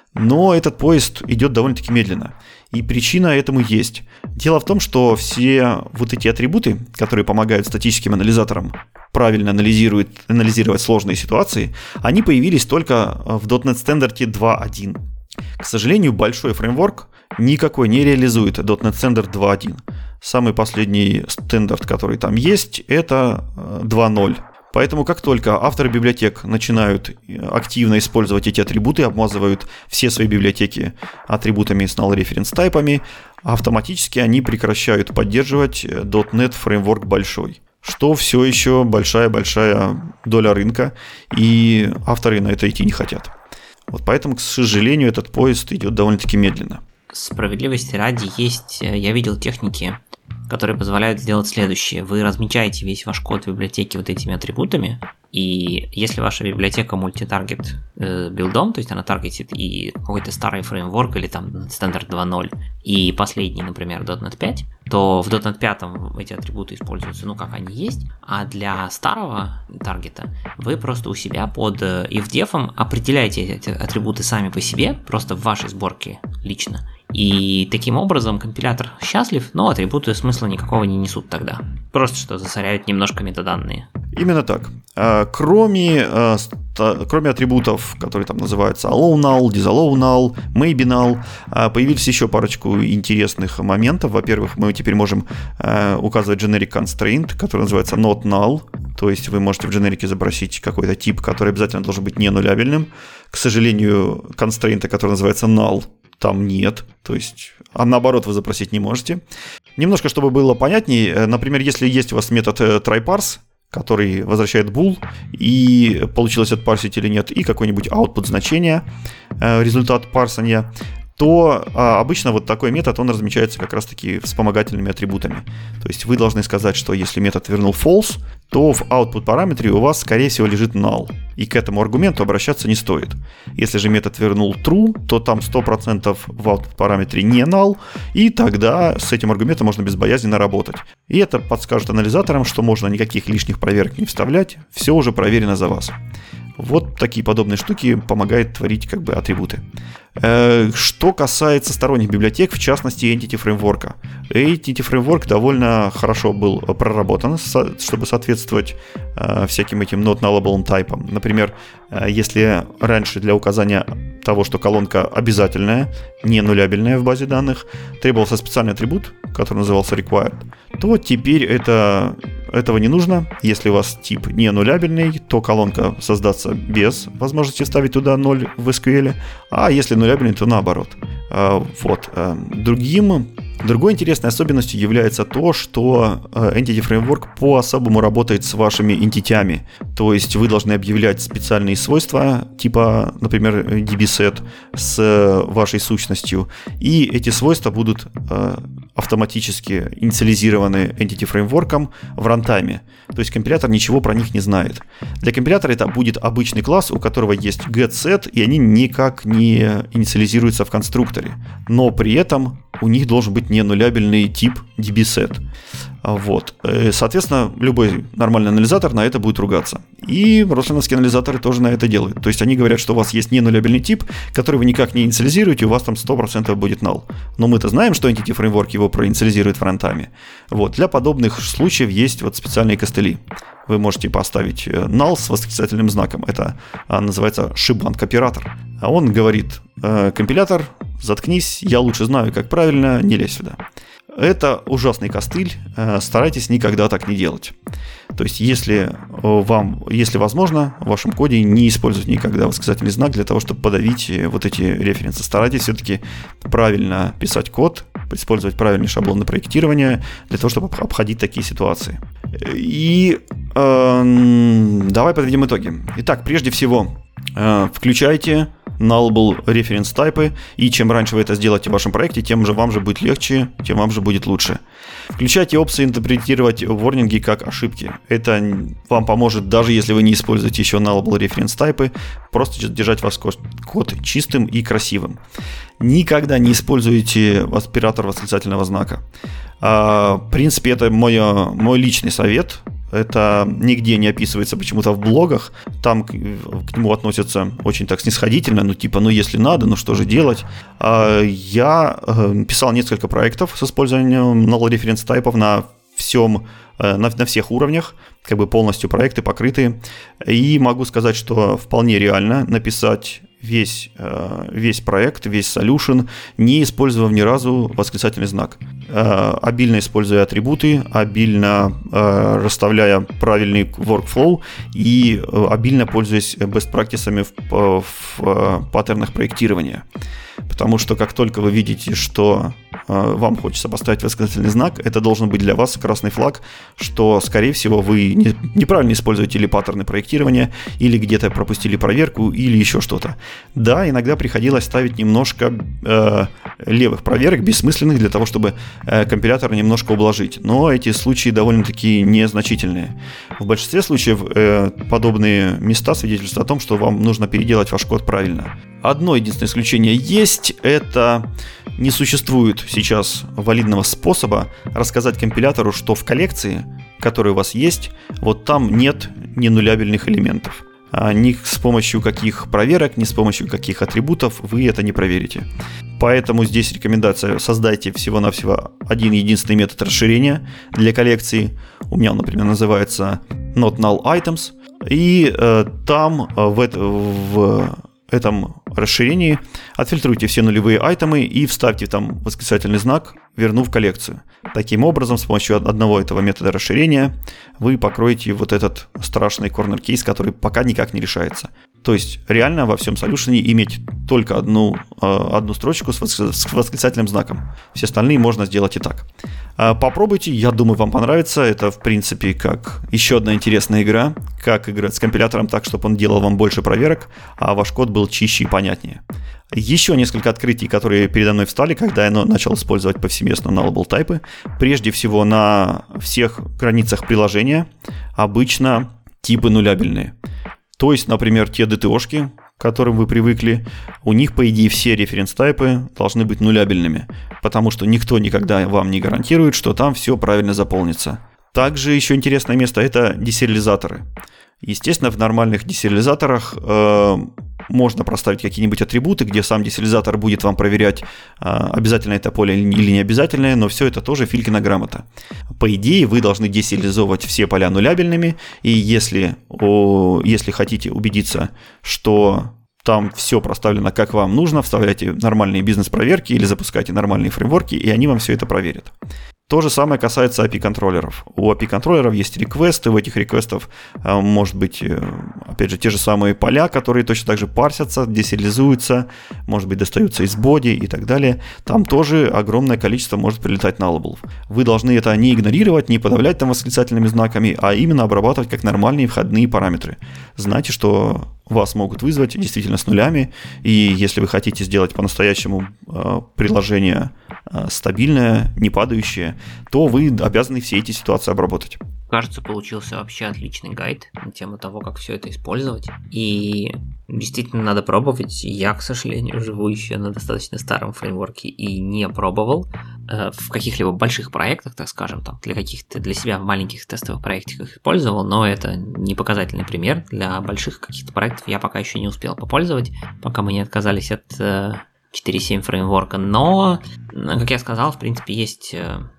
Но этот поезд идет довольно-таки медленно. И причина этому есть. Дело в том, что все вот эти атрибуты, которые помогают статическим анализаторам правильно анализировать, анализировать сложные ситуации, они появились только в .дот нет стандарте два точка один. К сожалению, большой фреймворк никакой не реализует .дот нет стандарт два точка один. Самый последний стандарт, который там есть, это два точка ноль. Поэтому как только авторы библиотек начинают активно использовать эти атрибуты, обмазывают все свои библиотеки атрибутами с null reference тайпами, автоматически они прекращают поддерживать .дот нет фреймворк большой, что все еще большая-большая доля рынка, и авторы на это идти не хотят. Вот поэтому, к сожалению, этот поезд идет довольно-таки медленно. Справедливости ради есть, я видел техники, которые позволяют сделать следующее. Вы размечаете весь ваш код в библиотеке вот этими атрибутами, и если ваша библиотека мультитаргет э, билдом, то есть она таргетит и какой-то старый фреймворк или там стандарт два точка ноль, и последний, например, .дот нет пять, то в .дот нет пять эти атрибуты используются, ну, как они есть, а для старого таргета вы просто у себя под ifdef определяете эти атрибуты сами по себе, просто в вашей сборке лично. И таким образом компилятор счастлив, но атрибуты смысла никакого не несут тогда. Просто что засоряют немножко метаданные. Именно так. Кроме, кроме атрибутов, которые там называются allow null, disallow null, maybe null, появились еще парочку интересных моментов. Во-первых, мы теперь можем указывать generic constraint, который называется not null. То есть вы можете в дженерике запросить какой-то тип, который обязательно должен быть не нулябельным. К сожалению, constraint, который называется null, там нет, то есть, а наоборот вы запросить не можете. Немножко, чтобы было понятнее, например, если есть у вас метод tryparse, который возвращает bool, и получилось отпарсить или нет, и какой-нибудь output значение, результат парсания, то а, обычно вот такой метод, он размечается как раз-таки вспомогательными атрибутами. То есть вы должны сказать, что если метод вернул false, то в output параметре у вас, скорее всего, лежит null, и к этому аргументу обращаться не стоит. Если же метод вернул true, то там сто процентов в output параметре не null, и тогда с этим аргументом можно безбоязненно работать. И это подскажет анализаторам, что можно никаких лишних проверок не вставлять, все уже проверено за вас. Вот такие подобные штуки помогают творить как бы атрибуты. Что касается сторонних библиотек, в частности Entity Framework. Entity Framework довольно хорошо был проработан, чтобы соответствовать всяким этим not nullable тайпам. Например, если раньше для указания того, что колонка обязательная, не нулябельная в базе данных, требовался специальный атрибут, который назывался required, то теперь это, этого не нужно. Если у вас тип не нулябельный, то колонка создастся без возможности вставить туда ноль в эс кью эль, а если нулябельный, то наоборот. Вот. Другим, другой интересной особенностью является то, что Entity Framework по-особому работает с вашими entity-ами. То есть вы должны объявлять специальные свойства, типа, например, dbset с вашей сущностью, и эти свойства будут автоматически инициализированы Entity Framework в рантайме. То есть компилятор ничего про них не знает. Для компилятора это будет обычный класс, у которого есть getSet, и они никак не инициализируются в конструкторе. Но при этом у них должен быть не нулябельный тип dbset. Вот. Соответственно, любой нормальный анализатор на это будет ругаться. И рослиновские анализаторы тоже на это делают. То есть они говорят, что у вас есть не нулябельный тип, который вы никак не инициализируете, у вас там сто процентов будет null. Но мы-то знаем, что Entity Framework его проинициализирует в рантайме. Вот. Для подобных случаев есть вот специальные костыли. Вы можете поставить null с восклицательным знаком. Это а, называется шибанк-оператор. А он говорит: компилятор, заткнись, я лучше знаю, как правильно, не лезь сюда. Это ужасный костыль, старайтесь никогда так не делать. То есть, если вам, если возможно, в вашем коде не использовать никогда восклицательный знак для того, чтобы подавить вот эти референсы. Старайтесь все-таки правильно писать код, использовать правильные шаблоны проектирования для того, чтобы обходить такие ситуации. И э, давай подведем итоги. Итак, прежде всего, э, включайте nullable reference type, и чем раньше вы это сделаете в вашем проекте, тем же вам же будет легче, тем вам же будет лучше. Включайте опции интерпретировать ворнинги как ошибки. Это вам поможет, даже если вы не используете еще nullable reference type, просто держать ваш код чистым и красивым. Никогда не используйте аспиратор восклицательного знака. В принципе, это мой, мой личный совет. Это нигде не описывается почему-то в блогах. Там к, к нему относятся очень так снисходительно. Ну типа, ну если надо, ну что же делать? Я писал несколько проектов с использованием null reference type на всем, на, на всех уровнях, как бы полностью проекты покрытые. И могу сказать, что вполне реально написать весь, весь проект, весь solution, не используя ни разу восклицательный знак. Обильно используя атрибуты, обильно расставляя правильный workflow и обильно пользуясь best practices в, в паттернах проектирования. Потому что как только вы видите, что вам хочется поставить восклицательный знак, это должен быть для вас красный флаг, что, скорее всего, вы не, неправильно используете или паттерны проектирования, или где-то пропустили проверку, или еще что-то. Да, иногда приходилось ставить немножко э, левых проверок, бессмысленных, для того, чтобы э, компилятор немножко ублажить. Но эти случаи довольно-таки незначительные. В большинстве случаев э, подобные места свидетельствуют о том, что вам нужно переделать ваш код правильно. Одно единственное исключение есть, это не существует сейчас валидного способа рассказать компилятору, что в коллекции, которая у вас есть, вот там нет ненулябельных элементов. А ни с помощью каких проверок, ни с помощью каких атрибутов вы это не проверите. Поэтому здесь рекомендация: создайте всего-навсего один единственный метод расширения для коллекции. У меня он, например, называется not null items. И э, там в, это, в этом расширении отфильтруйте все нулевые айтемы и вставьте там восклицательный знак, вернув коллекцию. Таким образом, с помощью одного этого метода расширения вы покроете вот этот страшный corner case, который пока никак не решается. То есть реально во всем солюшене иметь только одну, одну строчку с восклицательным знаком. Все остальные можно сделать и так. Попробуйте, я думаю, вам понравится. Это, в принципе, как еще одна интересная игра. Как играть с компилятором так, чтобы он делал вам больше проверок, а ваш код был чище и понятнее. Еще несколько открытий, которые передо мной встали, когда я начал использовать повсеместно nullable type. Прежде всего, на всех границах приложения обычно типы нулябельные. То есть, например, те ди ти о-шки, к которым вы привыкли, у них, по идее, все референс-тайпы должны быть нулябельными, потому что никто никогда вам не гарантирует, что там все правильно заполнится. Также еще интересное место – это десериализаторы. Естественно, в нормальных десериализаторах э, можно проставить какие-нибудь атрибуты, где сам десериализатор будет вам проверять, э, обязательно это поле или не обязательное, но все это тоже Филькина грамота. По идее, вы должны десериализовывать все поля нулябельными, и если, о, если хотите убедиться, что там все проставлено как вам нужно, вставляйте нормальные бизнес-проверки или запускайте нормальные фреймворки, и они вам все это проверят. То же самое касается эй пи ай-контроллеров. У эй пи ай-контроллеров есть реквесты, в этих реквестах э, может быть, э, опять же, те же самые поля, которые точно так же парсятся, десериализуются, может быть, достаются из боди и так далее. Там тоже огромное количество может прилетать nullables. Вы должны это не игнорировать, не подавлять там восклицательными знаками, а именно обрабатывать как нормальные входные параметры. Знайте, что вас могут вызвать действительно с нулями, и если вы хотите сделать по-настоящему э, приложение э, стабильное, не падающее, то вы обязаны все эти ситуации обработать. Кажется, получился вообще отличный гайд на тему того, как все это использовать. И действительно надо пробовать. Я, к сожалению, живу еще на достаточно старом фреймворке и не пробовал э, в каких-либо больших проектах, так скажем, там, для каких-то для себя в маленьких тестовых проектиках использовал, но это не показательный пример. Для больших каких-то проектов я пока еще не успел попользовать, пока мы не отказались от э, четыре точка семь фреймворка, но, как я сказал, в принципе, есть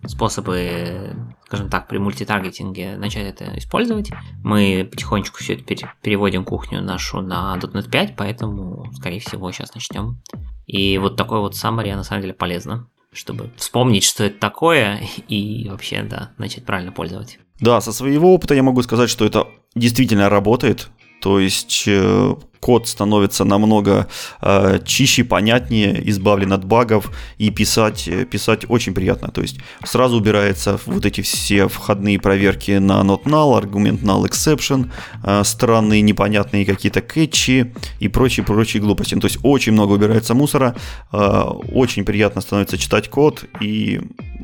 способы, скажем так, при мультитаргетинге начать это использовать. Мы потихонечку все это переводим кухню нашу на дот нет пять, поэтому, скорее всего, сейчас начнем. И вот такой вот summary на самом деле полезно, чтобы вспомнить, что это такое, и вообще, да, начать правильно пользовать. Да, со своего опыта я могу сказать, что это действительно работает. то есть код становится намного э, чище, понятнее, избавлен от багов, и писать, писать очень приятно. То есть сразу убираются вот эти все входные проверки на not null, аргумент null exception, э, странные непонятные какие-то кэтчи и прочие-прочие глупости. То есть очень много убирается мусора, э, очень приятно становится читать код, и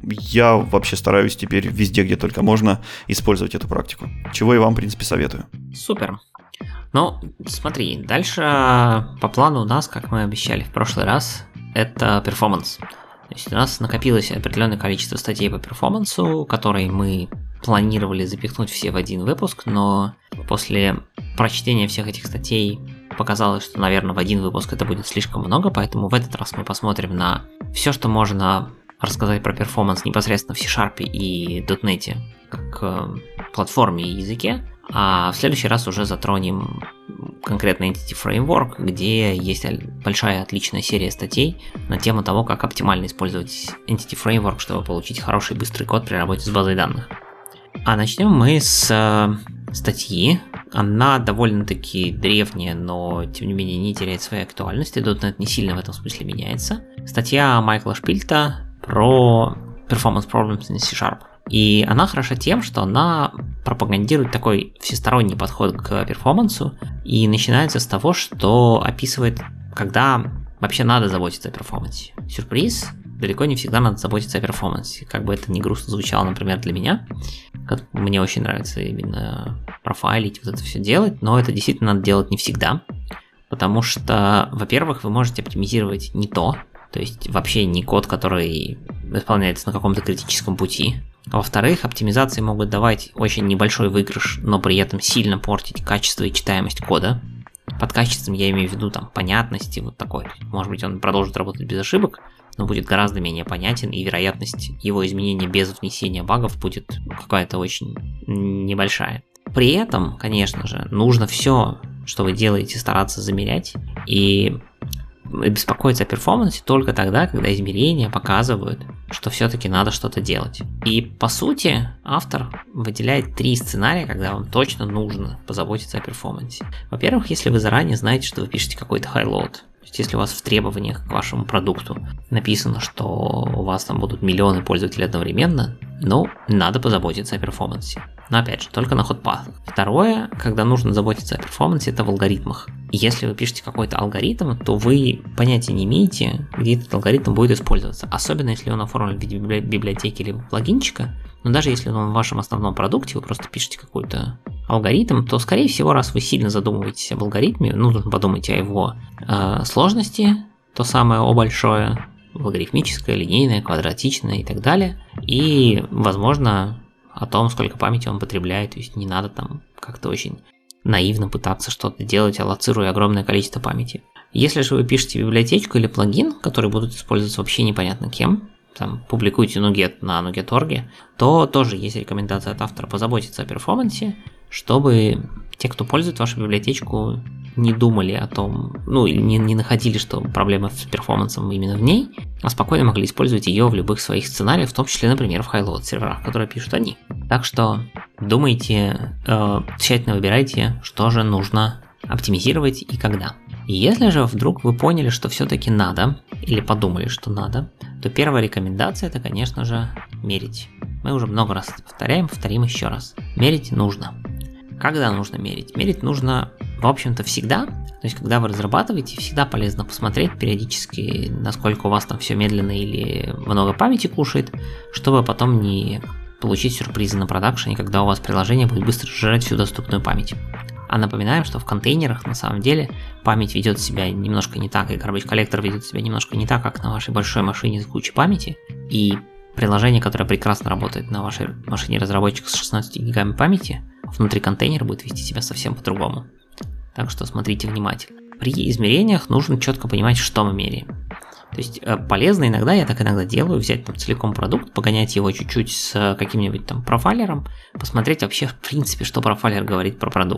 я вообще стараюсь теперь везде, где только можно, использовать эту практику. Чего и вам, в принципе, советую. Супер. Ну, смотри, дальше по плану у нас, как мы обещали в прошлый раз, это перформанс. То есть у нас накопилось определенное количество статей по перформансу, которые мы планировали запихнуть все в один выпуск, но после прочтения всех этих статей показалось, что, наверное, в один выпуск это будет слишком много, поэтому в этот раз мы посмотрим на все, что можно рассказать про перформанс непосредственно в C-Sharp и .дот нет как платформе и языке, а в следующий раз уже затронем конкретно Entity Framework, где есть большая отличная серия статей на тему того, как оптимально использовать Entity Framework, чтобы получить хороший быстрый код при работе с базой данных. А начнем мы с статьи. Она довольно-таки древняя, но тем не менее не теряет своей актуальности. .дот нет не сильно в этом смысле меняется. Статья Майкла Шпильта про Performance Problems in C-Sharp. И она хороша тем, что она пропагандирует такой всесторонний подход к перформансу и начинается с того, что описывает, когда вообще надо заботиться о перформансе. Сюрприз, далеко не всегда надо заботиться о перформансе. Как бы это ни грустно звучало, например, для меня. Мне очень нравится именно профайлить, вот это все делать, но это действительно надо делать не всегда. Потому что, во-первых, вы можете оптимизировать не то, то есть вообще не код, который исполняется на каком-то критическом пути. А во-вторых, оптимизации могут давать очень небольшой выигрыш, но при этом сильно портить качество и читаемость кода. Под качеством я имею в виду там понятности, вот такой. Может быть, он продолжит работать без ошибок, но будет гораздо менее понятен, и вероятность его изменения без внесения багов будет какая-то очень небольшая. При этом, конечно же, нужно все, что вы делаете, стараться замерять и беспокоиться о перформансе только тогда, когда измерения показывают, что все-таки надо что-то делать. И по сути, автор выделяет три сценария, когда вам точно нужно позаботиться о перформансе. Во-первых, если вы заранее знаете, что вы пишете какой-то хайлоуд. То есть, если у вас в требованиях к вашему продукту написано, что у вас там будут миллионы пользователей одновременно, ну, надо позаботиться о перформансе. Но опять же, только на ход-паthах. Второе, когда нужно заботиться о перформансе, это в алгоритмах. И если вы пишете какой-то алгоритм, то вы понятия не имеете, где этот алгоритм будет использоваться. Особенно если он оформлен в виде библиотеки или плагинчика. Но даже если он в вашем основном продукте, вы просто пишете какой-то алгоритм, то, скорее всего, раз вы сильно задумываетесь об алгоритме, ну, нужно подумать о его э, сложности, то самое О большое, логарифмическое, линейное, квадратичное и так далее. И, возможно, о том, сколько памяти он потребляет. То есть не надо там как-то очень наивно пытаться что-то делать, аллоцируя огромное количество памяти. Если же вы пишете библиотечку или плагин, которые будут использоваться вообще непонятно кем, там, публикуете NuGet на nuget точка орг, то тоже есть рекомендация от автора позаботиться о перформансе, чтобы те, кто пользует вашу библиотечку, не думали о том, ну, не, не находили, что проблема с перформансом именно в ней, а спокойно могли использовать ее в любых своих сценариях, в том числе, например, в хайлоуд серверах, которые пишут они. Так что думайте, э, тщательно выбирайте, что же нужно оптимизировать и когда. И если же вдруг вы поняли, что все-таки надо, или подумали, что надо, то первая рекомендация это, конечно же, мерить. Мы уже много раз это повторяем, повторим еще раз. Мерить нужно. Когда нужно мерить? Мерить нужно, в общем-то, всегда. То есть, когда вы разрабатываете, всегда полезно посмотреть периодически, насколько у вас там все медленно или много памяти кушает, чтобы потом не получить сюрпризы на продакшене, когда у вас приложение будет быстро сжирать всю доступную память. А напоминаем, что в контейнерах на самом деле память ведет себя немножко не так, и garbage коллектор ведет себя немножко не так, как на вашей большой машине с кучей памяти. И приложение, которое прекрасно работает на вашей машине разработчика с шестнадцатью гигами памяти, внутри контейнера будет вести себя совсем по-другому. Так что смотрите внимательно. При измерениях нужно четко понимать, что мы меряем. То есть полезно иногда, я так иногда делаю, взять там целиком продукт, погонять его чуть-чуть с каким-нибудь там профайлером, посмотреть вообще в принципе, что профайлер говорит про продукт.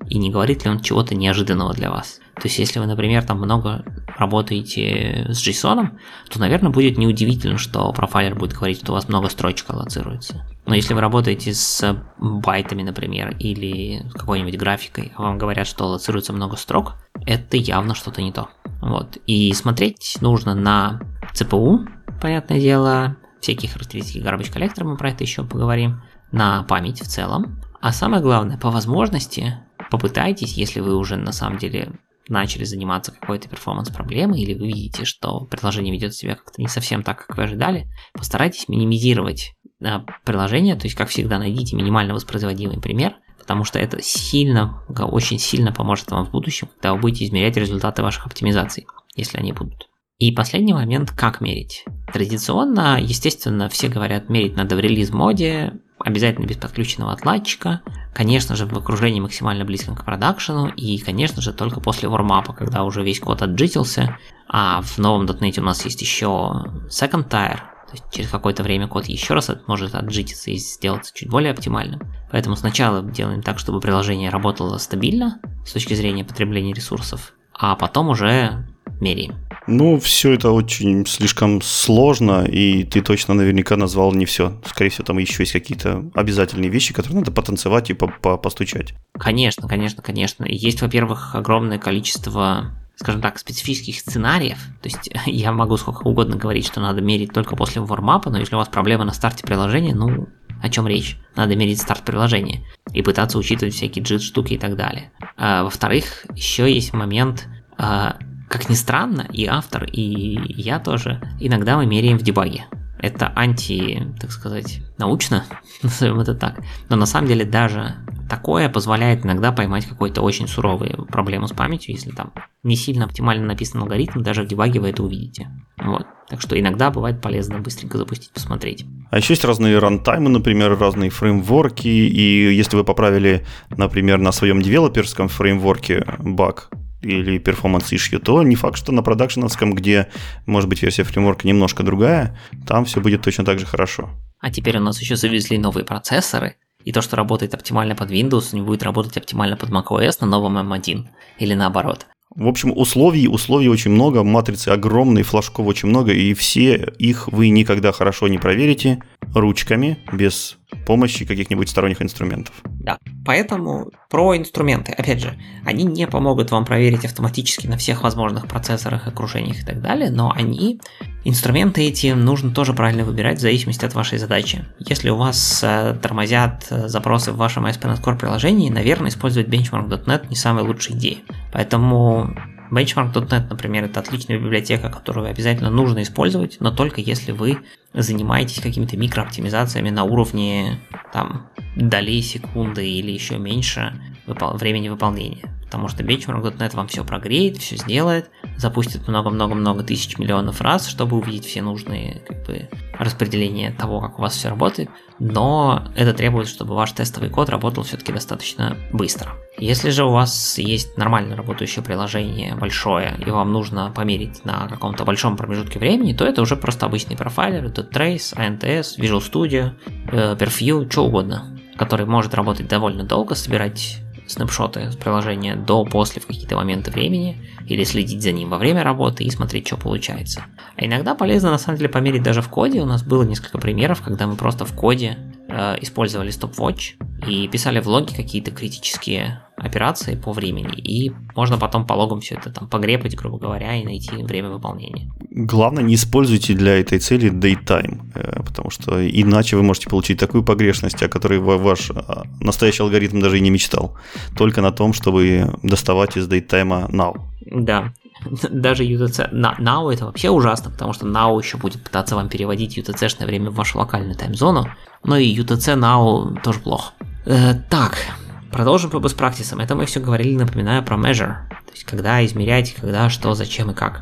и не говорит ли он чего-то неожиданного для вас. То есть, если вы, например, там много работаете с JSON, то, наверное, будет неудивительно, что профайлер будет говорить, что у вас много строчек аллоцируется. Но если вы работаете с байтами, например, или с какой-нибудь графикой, а вам говорят, что аллоцируется много строк, это явно что-то не то. Вот. И смотреть нужно на си пи ю, понятное дело, всякие характеристики garbage collector, мы про это еще поговорим, на память в целом. А самое главное, по возможности попытайтесь, если вы уже на самом деле начали заниматься какой-то перформанс-проблемой, или вы видите, что приложение ведет себя как-то не совсем так, как вы ожидали, постарайтесь минимизировать э, приложение, то есть, как всегда, найдите минимально воспроизводимый пример, потому что это сильно, очень сильно поможет вам в будущем, когда вы будете измерять результаты ваших оптимизаций, если они будут. И последний момент, как мерить. Традиционно, естественно, все говорят, мерить надо в релиз-моде, обязательно без подключенного отладчика, конечно же, в окружении максимально близком к продакшену, и, конечно же, только после вормапа, когда уже весь код отджитился, а в новом .дот нет у нас есть еще second tier, то есть через какое-то время код еще раз может отджититься и сделаться чуть более оптимальным. Поэтому сначала делаем так, чтобы приложение работало стабильно с точки зрения потребления ресурсов, а потом уже меряем. Ну, все это очень слишком сложно, и ты точно наверняка назвал не все. Скорее всего, там еще есть какие-то обязательные вещи, которые надо потанцевать и постучать. Конечно, конечно, конечно. Есть, во-первых, огромное количество, скажем так, специфических сценариев. То есть я могу сколько угодно говорить, что надо мерить только после вормапа, но если у вас проблема на старте приложения, ну, о чем речь? Надо мерить старт приложения и пытаться учитывать всякие джит-штуки и так далее. А, во-вторых, еще есть момент... Как ни странно, и автор, и я тоже, иногда мы меряем в дебаге. Это анти, так сказать, научно, назовем это так. Но на самом деле даже такое позволяет иногда поймать какую-то очень суровую проблему с памятью, если там не сильно оптимально написан алгоритм, даже в дебаге вы это увидите. Вот. Так что иногда бывает полезно быстренько запустить, посмотреть. А еще есть разные рантаймы, например, разные фреймворки, и если вы поправили, например, на своем девелоперском фреймворке баг, или performance issue, то не факт, что на продакшеновском, где, может быть, версия фреймворка немножко другая, там все будет точно так же хорошо. А теперь у нас еще завезли новые процессоры, и то, что работает оптимально под Windows, не будет работать оптимально под macOS на новом эм один, или наоборот. В общем, условий, условий очень много, матрицы огромные, флажков очень много, и все их вы никогда хорошо не проверите ручками, без помощи каких-нибудь сторонних инструментов. Да, поэтому про инструменты. Опять же, они не помогут вам проверить автоматически на всех возможных процессорах, окружениях и так далее, но они, инструменты эти нужно тоже правильно выбирать в зависимости от вашей задачи. Если у вас э, тормозят запросы в вашем эй эс пи точка нет Core приложении, наверное, использовать Benchmark точка нет не самая лучшая идея. Поэтому Benchmark точка нет, например, это отличная библиотека, которую обязательно нужно использовать, но только если вы занимаетесь какими-то микрооптимизациями на уровне там, долей секунды или еще меньше выпол- времени выполнения. Потому что Benchmark точка нет вам все прогреет, все сделает, запустит много-много-много тысяч миллионов раз, чтобы увидеть все нужные как бы, распределения того, как у вас все работает, но это требует, чтобы ваш тестовый код работал все-таки достаточно быстро. Если же у вас есть нормально работающее приложение, большое, и вам нужно померить на каком-то большом промежутке времени, то это уже просто обычный профайлер, DotTrace, эй эн ти эс, Visual Studio, Perfview, что угодно, который может работать довольно долго, собирать снапшоты с приложения до, после в какие-то моменты времени, или следить за ним во время работы и смотреть, что получается. А иногда полезно на самом деле померить даже в коде. У нас было несколько примеров, когда мы просто в коде э, использовали stopwatch и писали в логи какие-то критические операции по времени, и можно потом по логам все это там погрепать, грубо говоря, и найти время выполнения. Главное, не используйте для этой цели datetime, потому что иначе вы можете получить такую погрешность, о которой ваш настоящий алгоритм даже и не мечтал. Только на том, чтобы доставать из datetime now. Да, даже ю ти си now это вообще ужасно, потому что now еще будет пытаться вам переводить ю ти си-шное время в вашу локальную таймзону, но и ю ти си now тоже плохо. Э, так, продолжим по best practices. Это мы все говорили, напоминаю, про measure, то есть когда измерять, когда, что, зачем и как.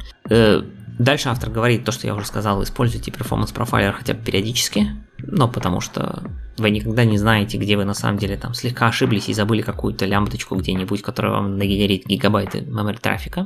Э, Дальше автор говорит то, что я уже сказал, используйте performance профайлер хотя бы периодически, но потому что вы никогда не знаете, где вы на самом деле там слегка ошиблись и забыли какую-то лямбдочку где-нибудь, которая вам нагенерит гигабайты memory трафика.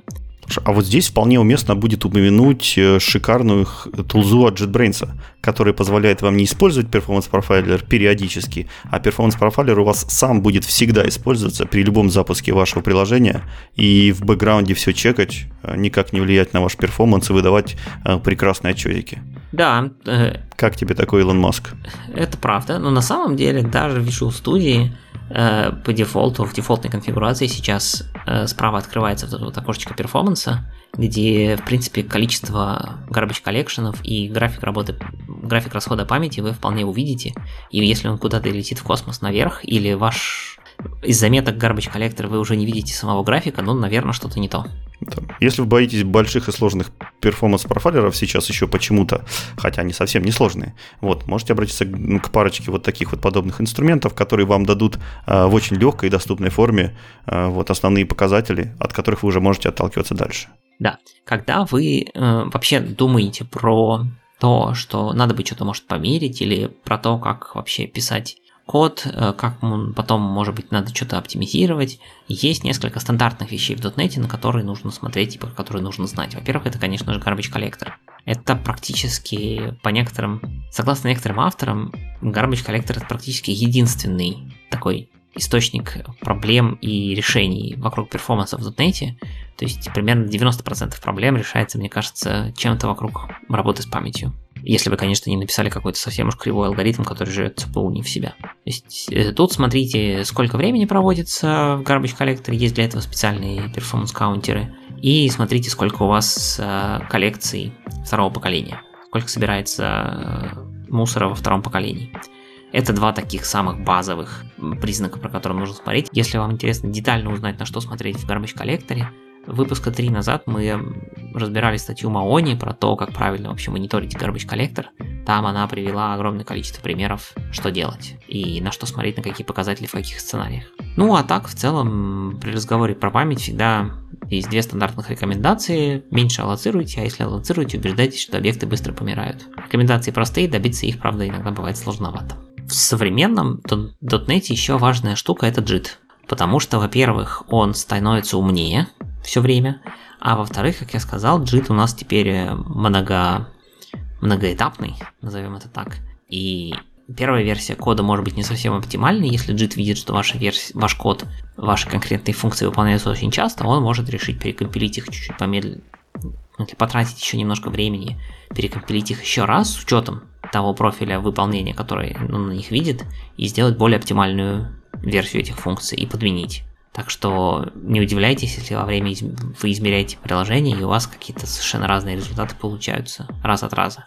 А вот здесь вполне уместно будет упомянуть шикарную тулзу от JetBrains, которая позволяет вам не использовать Performance Profiler периодически, а Performance Profiler у вас сам будет всегда использоваться при любом запуске вашего приложения и в бэкграунде все чекать, никак не влиять на ваш перформанс и выдавать прекрасные отчетики. Да. Э, как тебе такой Илон Маск? Это правда, но на самом деле даже в Visual Studio э, по дефолту, в дефолтной конфигурации сейчас э, справа открывается вот это вот окошечко перформанса, где, в принципе, количество garbage collection'ов и график работы, график расхода памяти вы вполне увидите. И если он куда-то летит в космос наверх, или ваш из заметок garbage collector вы уже не видите самого графика, ну, наверное, что-то не то. Если вы боитесь больших и сложных перформанс-профайлеров сейчас еще почему-то, хотя они совсем не сложные, вот, можете обратиться к парочке вот таких вот подобных инструментов, которые вам дадут э, в очень легкой и доступной форме э, вот основные показатели, от которых вы уже можете отталкиваться дальше. Да, когда вы э, вообще думаете про то, что надо бы что-то, может, померить, или про то, как вообще писать код, как потом, может быть, надо что-то оптимизировать. Есть несколько стандартных вещей в .дот нет, на которые нужно смотреть и про которые нужно знать. Во-первых, это, конечно же, garbage collector. Это практически по некоторым, согласно некоторым авторам, garbage collector это практически единственный такой источник проблем и решений вокруг перформанса в .дот нет. То есть примерно девяносто процентов проблем решается, мне кажется, чем-то вокруг работы с памятью. Если вы, конечно, не написали какой-то совсем уж кривой алгоритм, который живет цэ пэ у не в себя. То есть тут смотрите, сколько времени проводится в garbage collector, есть для этого специальные перформанс-каунтеры. И смотрите, сколько у вас коллекций второго поколения, сколько собирается мусора во втором поколении. Это два таких самых базовых признака, про которые нужно смотреть. Если вам интересно детально узнать, на что смотреть в garbage collector, выпуска три назад мы разбирали статью Маони про то, как правильно вообще мониторить garbage collector. Там она привела огромное количество примеров, что делать и на что смотреть, на какие показатели в каких сценариях. Ну а так, в целом, при разговоре про память всегда есть две стандартных рекомендации. Меньше аллоцируйте, а если аллоцируете, убеждайтесь, что объекты быстро помирают. Рекомендации простые, добиться их, правда, иногда бывает сложновато. В современном .дот нет еще важная штука – это джит. Потому что, во-первых, он становится умнее все время, а во-вторых, как я сказал, джит у нас теперь много... многоэтапный, назовем это так. И первая версия кода может быть не совсем оптимальной. Если джит видит, что ваша версия, ваш код, ваши конкретные функции выполняются очень часто, он может решить перекомпилить их чуть-чуть помедленнее, потратить еще немножко времени, перекомпилить их еще раз с учетом того профиля выполнения, который он на них видит, и сделать более оптимальную версию этих функций и подменить. Так что не удивляйтесь, если во время вы измеряете приложение, и у вас какие-то совершенно разные результаты получаются раз от раза.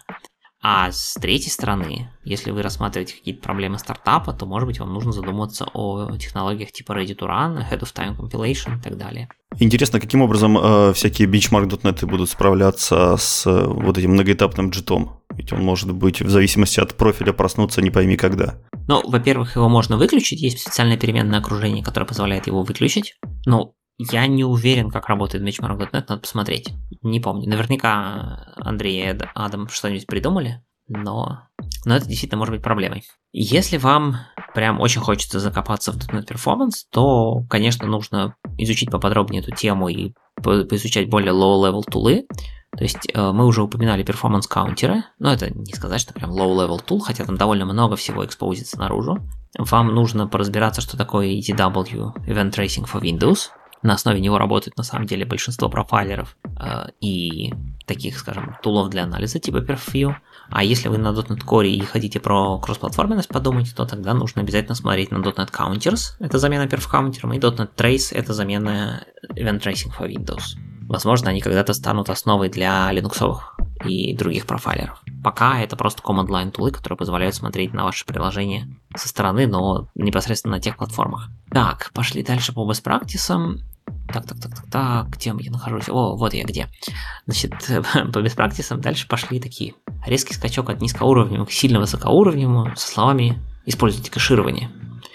А с третьей стороны, если вы рассматриваете какие-то проблемы стартапа, то, может быть, вам нужно задуматься о технологиях типа Ready to Run, Ahead of Time Compilation и так далее. Интересно, каким образом э, всякие benchmark.net будут справляться с э, вот этим многоэтапным джитом? Ведь он может быть в зависимости от профиля проснуться не пойми когда. Ну, во-первых, его можно выключить, есть специальное переменное окружение, которое позволяет его выключить. Ну, я не уверен, как работает benchmark.net, надо посмотреть. Не помню. Наверняка Андрей и Адам что-нибудь придумали, но, но это действительно может быть проблемой. Если вам прям очень хочется закопаться в .дот нет Performance, то, конечно, нужно изучить поподробнее эту тему и по- поизучать более low-level тулы. То есть мы уже упоминали перформанс-каунтеры, но это не сказать, что прям low-level tool, хотя там довольно много всего экспозится наружу. Вам нужно поразбираться, что такое и ти дабл ю, Event Tracing for Windows. На основе него работает на самом деле большинство профайлеров э, и таких, скажем, тулов для анализа типа PerfView. А если вы на .дот нет Core и хотите про кроссплатформенность подумать, то тогда нужно обязательно смотреть на .дот нет Counters, это замена перф-каунтером, и .дот нет Trace, это замена Event Tracing for Windows. Возможно, они когда-то станут основой для линуксовых и других профайлеров. Пока это просто command-line тулы, которые позволяют смотреть на ваше приложение со стороны, но непосредственно на тех платформах. Так, пошли дальше по best practices. Так, так, так, так, так, где я нахожусь? О, вот я где. Значит, по best practices дальше пошли такие. Резкий скачок от низкоуровневого к сильно высокоуровневому со словами «используйте кэширование».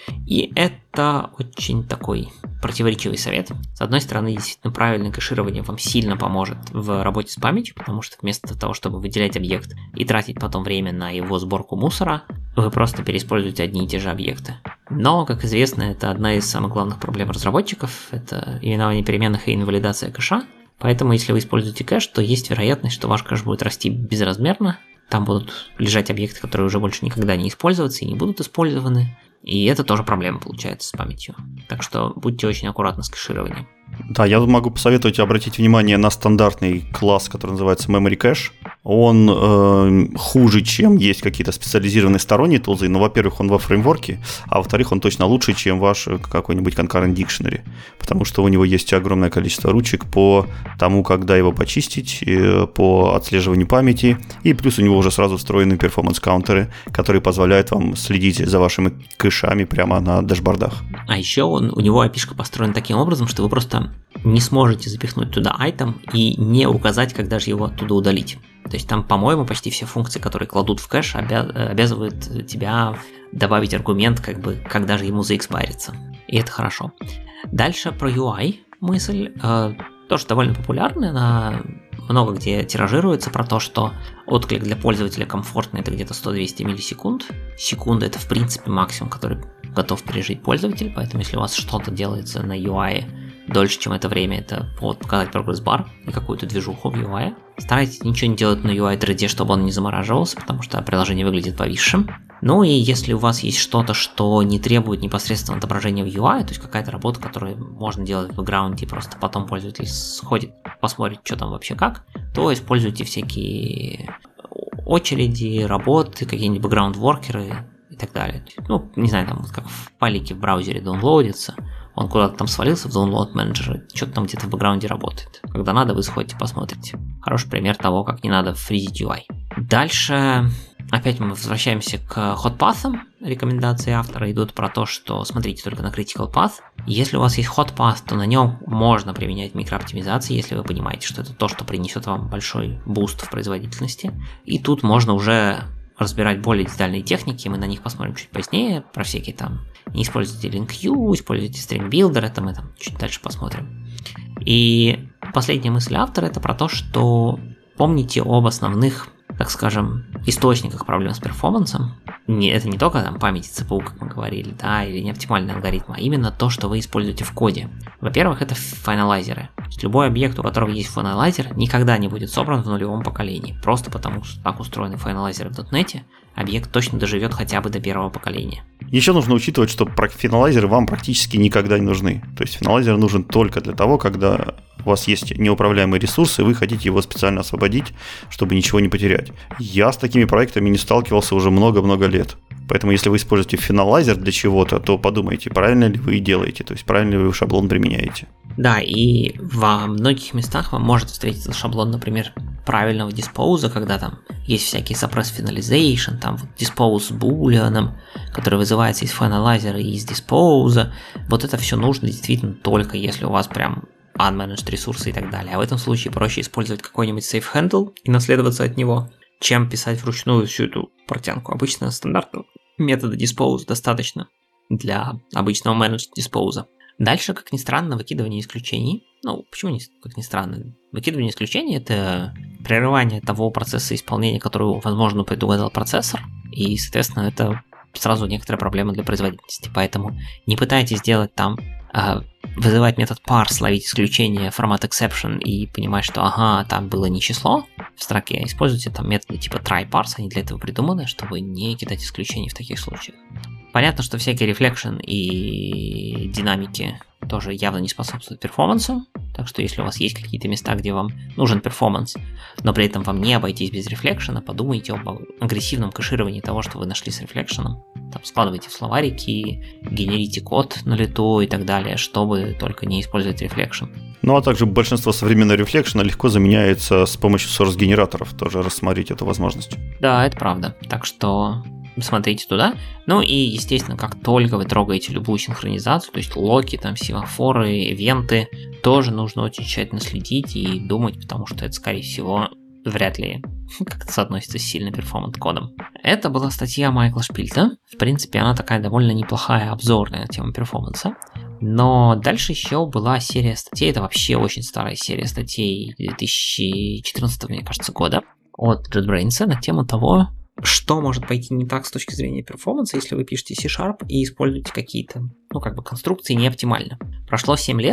И это очень такой противоречивый совет. С одной стороны, действительно правильное кэширование вам сильно поможет в работе с памятью, потому что вместо того, чтобы выделять объект и тратить потом время на его сборку мусора, вы просто переиспользуете одни и те же объекты. Но, как известно, это одна из самых главных проблем разработчиков, это именование переменных и инвалидация кэша. Поэтому, если вы используете кэш, то есть вероятность, что ваш кэш будет расти безразмерно. Там будут лежать объекты, которые уже больше никогда не использоваться и не будут использованы. И это тоже проблема получается с памятью. Так что будьте очень аккуратны с кэшированием. Да, я могу посоветовать обратить внимание на стандартный класс, который называется Memory Cache. Он э, хуже, чем есть какие-то специализированные сторонние тулзы, но, во-первых, он во фреймворке, а во-вторых, он точно лучше, чем ваш какой-нибудь Concurrent Dictionary, потому что у него есть огромное количество ручек по тому, когда его почистить, по отслеживанию памяти, и плюс у него уже сразу встроены перформанс-каунтеры, которые позволяют вам следить за вашими кэшами прямо на дашбордах. А еще он, у него эй пи ай-шка построена таким образом, что вы просто не сможете запихнуть туда айтем и не указать, когда же его оттуда удалить. То есть там, по-моему, почти все функции, которые кладут в кэш, обя- обязывают тебя добавить аргумент, как бы, когда же ему заэкспайрится. И это хорошо. Дальше про ю ай мысль, э, тоже довольно популярная, она много где тиражируется про то, что отклик для пользователя комфортный, это где-то сто-двести миллисекунд. Секунда — это в принципе максимум, который готов пережить пользователь, поэтому если у вас что-то делается на ю ай дольше, чем это время, это повод показать прогресс-бар и какую-то движуху в ю ай. Старайтесь ничего не делать на ю ай-треде, чтобы он не замораживался, потому что приложение выглядит повисшим. Ну и если у вас есть что-то, что не требует непосредственно отображения в ю ай, то есть какая-то работа, которую можно делать в бэкграунде, и просто потом пользователь сходит, посмотрит, что там вообще как, то используйте всякие очереди, работы, какие-нибудь бэкграунд-воркеры и так далее. Ну, не знаю, там вот как в файлике в браузере даунлоудится, он куда-то там свалился в download менеджер, что-то там где-то в бэкграунде работает. Когда надо, вы сходите, посмотрите. Хороший пример того, как не надо фризить ю ай. Дальше опять мы возвращаемся к hotpath. Рекомендации автора идут про то, что смотрите только на critical path. Если у вас есть hotpath, то на нем можно применять микрооптимизации, если вы понимаете, что это то, что принесет вам большой буст в производительности. И тут можно уже разбирать более детальные техники, мы на них посмотрим чуть позднее, про всякие там, не используйте LinkU, используйте String Builder, это мы там чуть дальше посмотрим. И последняя мысль автора — это про то, что помните об основных, так скажем, источниках проблем с перформансом. Не, это не только там память си пи ю, как мы говорили, да, или неоптимальный алгоритм, а именно то, что вы используете в коде. Во-первых, это файналайзеры. То есть любой объект, у которого есть файналайзер, никогда не будет собран в нулевом поколении. Просто потому, что так устроены файналайзеры в .NET, объект точно доживет хотя бы до первого поколения. Еще нужно учитывать, что финалайзеры вам практически никогда не нужны. То есть финалайзер нужен только для того, когда у вас есть неуправляемый ресурс, и вы хотите его специально освободить, чтобы ничего не потерять. Я с такими проектами не сталкивался уже много-много лет. Поэтому если вы используете финалайзер для чего-то, то подумайте, правильно ли вы делаете, то есть правильно ли вы шаблон применяете. Да, и во многих местах вам может встретиться шаблон, например, правильного диспоуза, когда там есть всякие suppress finalization, там вот dispose с бούλианом, который вызывается из финалайзера и из диспоуза. Вот это все нужно действительно только если у вас прям unmanaged ресурсы и так далее. А в этом случае проще использовать какой-нибудь safe handle и наследоваться от него, чем писать вручную всю эту портянку. Обычно стандартного метода dispose достаточно для обычного managed dispose. Дальше, как ни странно, выкидывание исключений. Ну, почему не, как ни странно? Выкидывание исключений — это прерывание того процесса исполнения, который, возможно, предугадал процессор, и, соответственно, это сразу некоторая проблема для производительности. Поэтому не пытайтесь сделать там, э, вызывать метод parse, ловить исключение, формат exception и понимать, что ага, там было не число в строке. Используйте там методы типа try parse, они для этого придуманы, чтобы не кидать исключения в таких случаях. Понятно, что всякие reflection и динамики тоже явно не способствуют перформансу, так что если у вас есть какие-то места, где вам нужен перформанс, но при этом вам не обойтись без рефлекшена, подумайте об агрессивном кэшировании того, что вы нашли с рефлекшеном. Там складывайте в словарики, генерите код на лету и так далее, чтобы только не использовать рефлекшн. Ну а также большинство современного рефлекшена легко заменяется с помощью source-генераторов, тоже рассмотреть эту возможность. Да, это правда, так что смотрите туда. Ну и, естественно, как только вы трогаете любую синхронизацию, то есть локи, там, семафоры, ивенты, тоже нужно очень тщательно следить и думать, потому что это, скорее всего, вряд ли как-то соотносится с сильно перформант-кодом. Это была статья Майкла Шпильта. В принципе, она такая довольно неплохая, обзорная на тему перформанса. Но дальше еще была серия статей, это вообще очень старая серия статей две тысячи четырнадцатого, мне кажется, года от JetBrains на тему того, что может пойти не так с точки зрения перформанса, если вы пишете C-Sharp и используете какие-то, ну, как бы конструкции не оптимально. Прошло семь лет,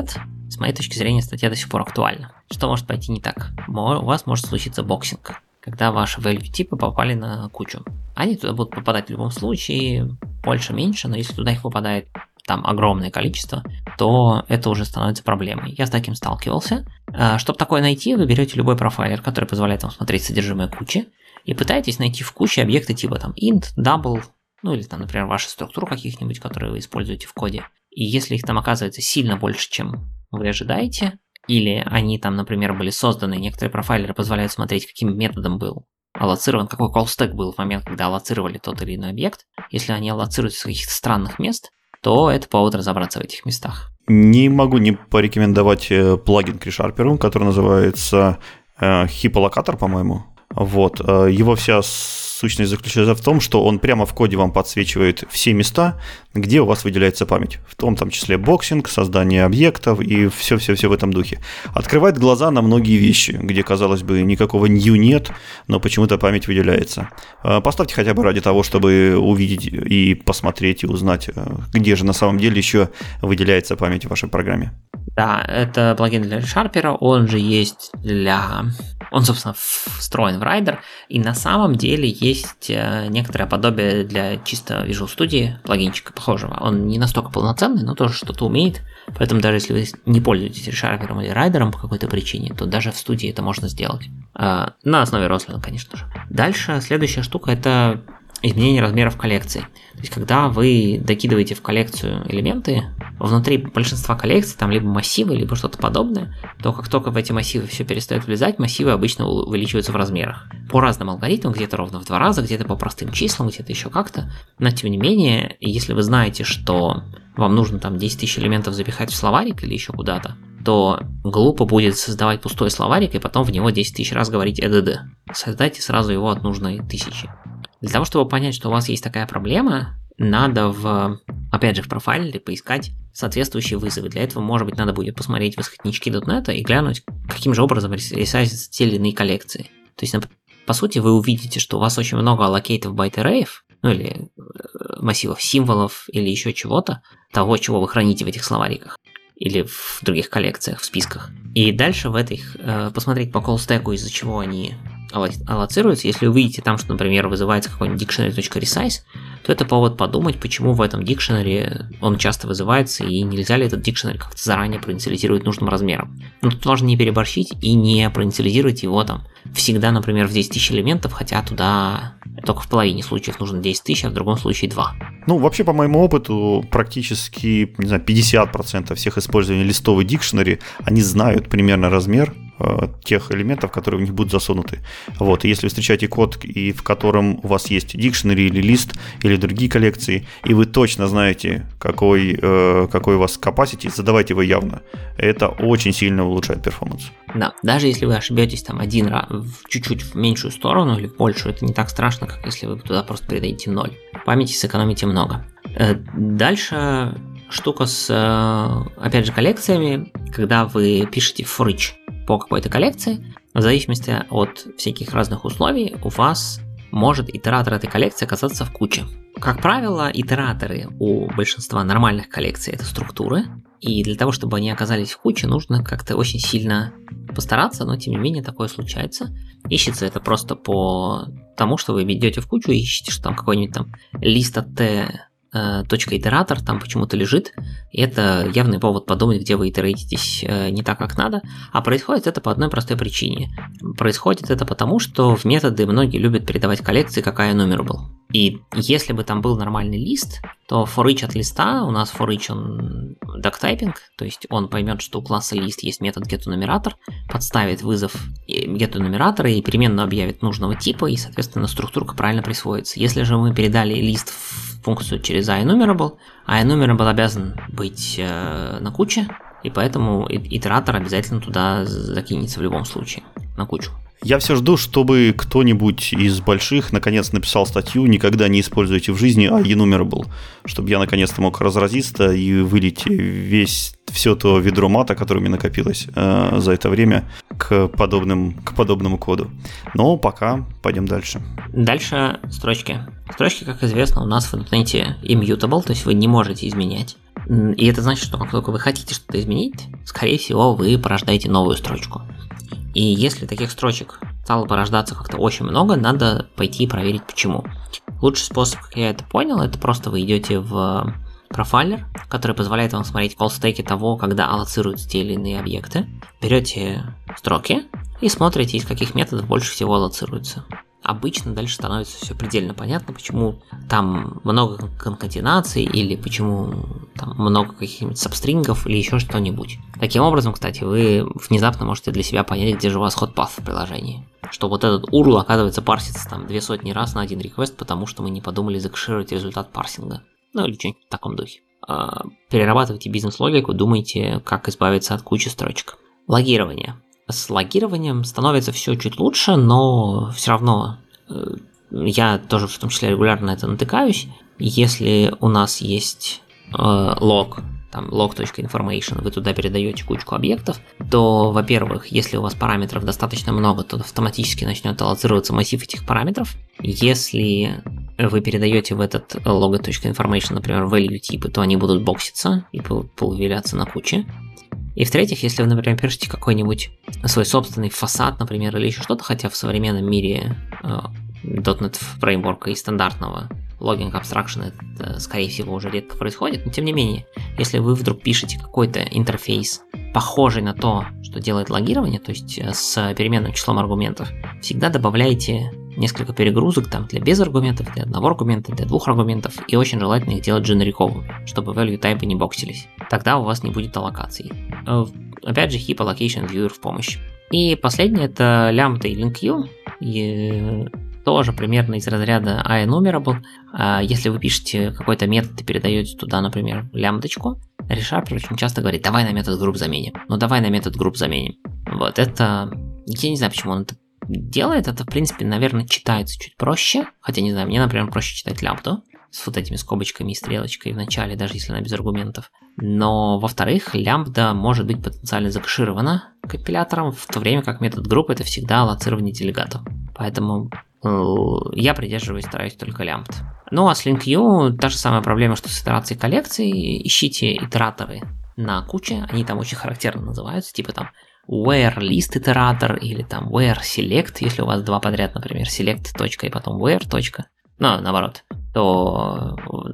с моей точки зрения, статья до сих пор актуальна. Что может пойти не так? У вас может случиться боксинг, когда ваши value типы попали на кучу. Они туда будут попадать в любом случае, больше, меньше, но если туда их попадает там огромное количество, то это уже становится проблемой. Я с таким сталкивался. Чтобы такое найти, вы берете любой профайлер, который позволяет вам смотреть содержимое кучи, и пытаетесь найти в куче объекты типа там int, double, ну или там, например, ваши структуры каких-нибудь, которые вы используете в коде. И если их там оказывается сильно больше, чем вы ожидаете, или они там, например, были созданы, некоторые профайлеры позволяют смотреть, каким методом был аллоцирован, какой call stack был в момент, когда аллоцировали тот или иной объект. Если они аллоцируются с каких-то странных мест, то это повод разобраться в этих местах. Не могу не порекомендовать плагин к ReSharper, который называется HipAllocator, по-моему. Вот. Его вся сущность заключается в том, что он прямо в коде вам подсвечивает все места, где у вас выделяется память. В том, том числе боксинг, создание объектов и все-все-все в этом духе. Открывает глаза на многие вещи, где, казалось бы, никакого new нет, но почему-то память выделяется. Поставьте хотя бы ради того, чтобы увидеть и посмотреть, и узнать, где же на самом деле еще выделяется память в вашей программе. Да, это плагин для ReSharper, он же есть для... Он, собственно, встроен в Rider, и на самом деле есть некоторое подобие для чисто Visual Studio плагинчика похожего. Он не настолько полноценный, но тоже что-то умеет, поэтому даже если вы не пользуетесь ReSharper или Rider по какой-то причине, то даже в студии это можно сделать. На основе Roslyn, конечно же. Дальше следующая штука – это изменение размеров коллекции. То есть, когда вы докидываете в коллекцию элементы, внутри большинства коллекций, там либо массивы, либо что-то подобное, то как только в эти массивы все перестает влезать, массивы обычно увеличиваются в размерах. По разным алгоритмам, где-то ровно в два раза, где-то по простым числам, где-то еще как-то. Но тем не менее, если вы знаете, что вам нужно там десять тысяч элементов запихать в словарик или еще куда-то, то глупо будет создавать пустой словарик и потом в него десять тысяч раз говорить «эдд». Создайте сразу его от нужной тысячи. Для того, чтобы понять, что у вас есть такая проблема, надо в, опять же, в профайлере поискать соответствующие вызовы. Для этого, может быть, надо будет посмотреть в исходнички .дот нет и глянуть, каким же образом ресайзятся те или иные коллекции. То есть, по сути, вы увидите, что у вас очень много аллокейтов байт-арреев, ну или массивов символов, или еще чего-то, того, чего вы храните в этих словариках, или в других коллекциях, в списках. И дальше в этих э, посмотреть по call stack, из-за чего они аллоцируются. Если вы видите там, что, например, вызывается какой-нибудь dictionary.resize, то это повод подумать, почему в этом дикшенере он часто вызывается, и нельзя ли этот дикшенери как-то заранее проинициализировать нужным размером. Но тут важно не переборщить и не проинициализировать его там всегда, например, в десять тысяч элементов, хотя туда только в половине случаев нужно десять тысяч, а в другом случае два. Ну, вообще, по моему опыту, практически, не знаю, пятьдесят процентов всех использований листовой дикшенери, они знают примерно размер э, тех элементов, которые в них будут засунуты. Вот, и если вы встречаете код, и в котором у вас есть дикшенери или лист, или другие коллекции, и вы точно знаете, какой, э, какой у вас capacity, задавайте его явно. Это очень сильно улучшает перформанс. Да, даже если вы ошибетесь там один раз, чуть-чуть в меньшую сторону или в большую, это не так страшно, как если вы туда просто передадите ноль. Памяти сэкономите много. Дальше штука с, опять же, коллекциями. Когда вы пишете for each по какой-то коллекции, в зависимости от всяких разных условий, у вас может итератор этой коллекции оказаться в куче. Как правило, итераторы у большинства нормальных коллекций — это структуры, и для того, чтобы они оказались в куче, нужно как-то очень сильно постараться, но тем не менее такое случается. Ищется это просто по тому, что вы идете в кучу и ищете, что там какой-нибудь там лист от t точка итератор там почему-то лежит, и это явный повод подумать, где вы итерейтитесь не так, как надо, а происходит это по одной простой причине. Происходит это потому, что в методы многие любят передавать коллекции как enumerable. И если бы там был нормальный лист, то for each от листа, у нас for each он doctyping, то есть он поймет, что у класса лист есть метод getEnumerator, подставит вызов getEnumerator и переменную объявит нужного типа, и, соответственно, структурка правильно присвоится. Если же мы передали лист в функцию через enumerable, а enumerable обязан быть э, на куче, и поэтому итератор обязательно туда закинется в любом случае, на кучу. Я все жду, чтобы кто-нибудь из больших наконец написал статью «Никогда не используйте в жизни enumerable», чтобы я наконец-то мог разразиться и вылить весь, все то ведро мата, которое у меня накопилось э, за это время к, подобным, к подобному коду. Но пока пойдем дальше. Дальше строчки. Строчки, как известно, у нас в .дот нет immutable, то есть вы не можете изменять. И это значит, что как только вы хотите что-то изменить, скорее всего, вы порождаете новую строчку. И если таких строчек стало порождаться как-то очень много, надо пойти и проверить почему. Лучший способ, как я это понял, это просто вы идете в профайлер, который позволяет вам смотреть колл-стеки того, когда аллоцируются те или иные объекты. Берете строки и смотрите, из каких методов больше всего аллоцируются. Обычно дальше становится все предельно понятно, почему там много конкатенаций или почему там много каких-нибудь сабстрингов или еще что-нибудь. Таким образом, кстати, вы внезапно можете для себя понять, где же у вас hotpath в приложении. Что вот этот урл, оказывается, парсится там две сотни раз на один реквест, потому что мы не подумали закэшировать результат парсинга. Ну или что-нибудь в таком духе. Перерабатывайте бизнес-логику, думайте, как избавиться от кучи строчек. Логирование. С логированием становится все чуть лучше, но все равно э, я тоже в том числе регулярно на это натыкаюсь. Если у нас есть э, лог, там log.information, вы туда передаете кучку объектов, то, во-первых, если у вас параметров достаточно много, то автоматически начнет аллоцироваться массив этих параметров. Если вы передаете в этот log.information, например, value типы, то они будут бокситься и появляться на куче. И в-третьих, если вы, например, пишете какой-нибудь свой собственный фасад, например, или еще что-то, хотя в современном мире э, .дот нет фреймворка и стандартного логинг абстракшена это, скорее всего, уже редко происходит, но тем не менее, если вы вдруг пишете какой-то интерфейс, похожий на то, что делает логирование, то есть с переменным числом аргументов, всегда добавляйте несколько перегрузок там для без аргументов, для одного аргумента, для двух аргументов, и очень желательно их делать дженериковыми, чтобы value type не боксились. Тогда у вас не будет аллокаций. Опять же, heap allocation viewer в помощь. И последнее это lambda и linkU. И тоже примерно из разряда enumerable. Если вы пишете какой-то метод и передаете туда, например, лямбдочку, ReSharper очень часто говорит, давай на метод групп заменим. Ну давай на метод групп заменим. Вот это... Я не знаю, почему он это делает. Это, в принципе, наверное, читается чуть проще. Хотя, не знаю, мне, например, проще читать лямбду с вот этими скобочками и стрелочкой в начале, даже если она без аргументов. Но, во-вторых, лямбда может быть потенциально закэширована компилятором, в то время как метод групп это всегда аллоцирование делегатов. Поэтому я придерживаюсь, стараюсь только лямбд. Ну а с linkU та же самая проблема, что с итерацией коллекции. Ищите итераторы на куче, они там очень характерно называются, типа там where list итератор или там where select, если у вас два подряд, например, select точка и потом where точка, ну наоборот, то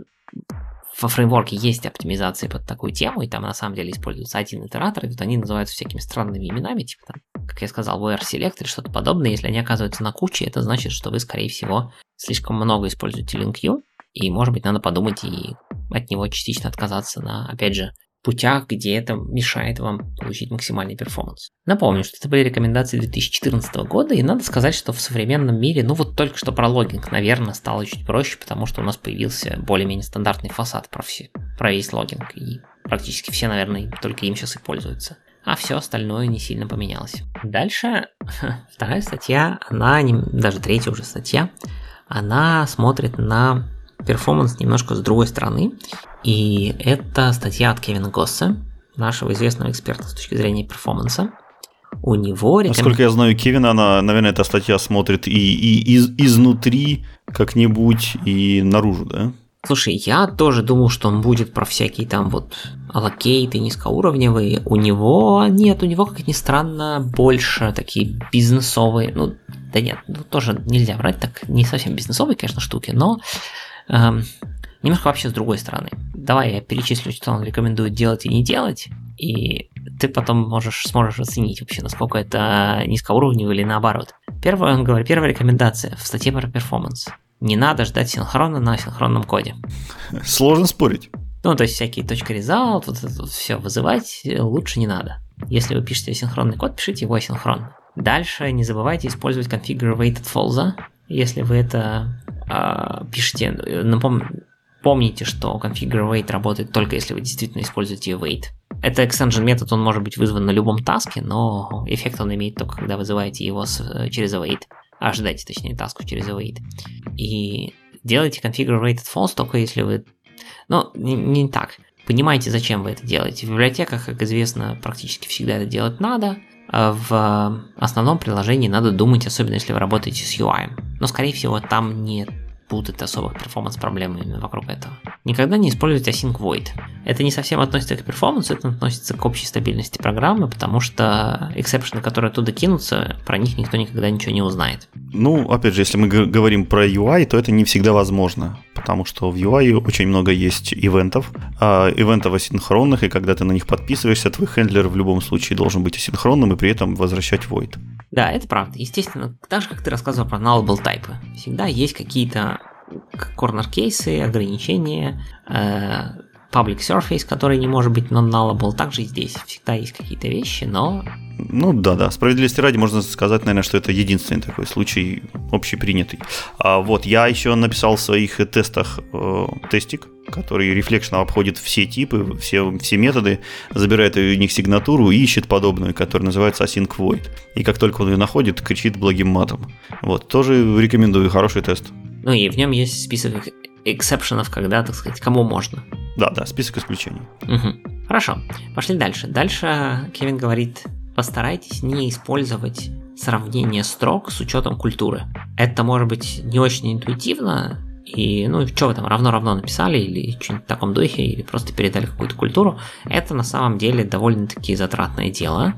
во фреймворке есть оптимизации под такую тему, и там на самом деле используется один итератор, и тут они называются всякими странными именами, типа там, как я сказал, where select или что-то подобное. Если они оказываются на куче, это значит, что вы, скорее всего, слишком много используете linkU, и, может быть, надо подумать и от него частично отказаться на, опять же, путях, где это мешает вам получить максимальный перформанс. Напомню, что это были рекомендации две тысячи четырнадцатого года, и надо сказать, что в современном мире, ну вот только что про логинг, наверное, стало чуть проще, потому что у нас появился более-менее стандартный фасад про, все, про весь логинг, и практически все, наверное, только им сейчас и пользуются. А все остальное не сильно поменялось. Дальше, вторая статья, она, не, даже третья уже статья, она смотрит на перформанс немножко с другой стороны. И это статья от Кевина Госса, нашего известного эксперта с точки зрения перформанса. У него рекомен... Насколько я знаю Кевина, она, наверное, эта статья смотрит и, и из, изнутри как-нибудь, и наружу, да? Слушай, я тоже думал, что он будет про всякие там вот аллокейты низкоуровневые. У него нет, у него, как ни странно, больше такие бизнесовые, ну, да нет, ну, тоже нельзя брать так, не совсем бизнесовые, конечно, штуки, но эм, немножко вообще с другой стороны. Давай я перечислю, что он рекомендует делать и не делать, и ты потом можешь, сможешь оценить вообще, насколько это низкоуровневый или наоборот. Первое, он говорит, первая рекомендация в статье про перформанс. Не надо ждать синхрона на синхронном коде. Сложно спорить. Ну, то есть всякие точка result, вот это вот все вызывать лучше не надо. Если вы пишете асинхронный код, пишите его асинхронно. Дальше не забывайте использовать configure waited false, если вы это э, пишете. Напом... Помните, что configure wait работает только если вы действительно используете wait. это extension метод, он может быть вызван на любом таске, но эффект он имеет только когда вызываете его с, через await. Ожидайте, точнее, таску через await. И делайте configure rated false только если вы... Ну, не, не так. Понимаете, зачем вы это делаете. В библиотеках, как известно, практически всегда это делать надо. А в основном приложении надо думать, особенно если вы работаете с ю ай. Но, скорее всего, там нет будут особых перформанс-проблем именно вокруг этого. Никогда не используйте async void. Это не совсем относится к перформансу, это относится к общей стабильности программы, потому что эксепшены, которые оттуда кинутся, про них никто никогда ничего не узнает. Ну, опять же, если мы г- говорим про ю ай, то это не всегда возможно, потому что в ю ай очень много есть ивентов, а ивентов асинхронных, и когда ты на них подписываешься, твой хендлер в любом случае должен быть асинхронным и при этом возвращать void. Да, это правда. Естественно, так же, как ты рассказывал про nullable type, всегда есть какие-то корнер-кейсы, ограничения, э, public surface, который не может быть non-nullable. Также и здесь всегда есть какие-то вещи, но... Ну да-да, справедливости ради можно сказать, наверное, что это единственный такой случай общепринятый. А вот я еще написал в своих тестах э, тестик, который рефлекшно обходит все типы, все, все методы, забирает у них сигнатуру и ищет подобную, которая называется async void. И как только он ее находит, кричит благим матом. Вот, тоже рекомендую, хороший тест. Ну и в нем есть список эксепшенов, когда, так сказать, кому можно. Да-да, список исключений. Угу. Хорошо, пошли дальше. Дальше Кевин говорит, постарайтесь не использовать сравнение строк с учетом культуры. Это может быть не очень интуитивно, и, ну, что вы там равно-равно написали, или что-нибудь в таком духе, или просто передали какую-то культуру. Это на самом деле довольно-таки затратное дело.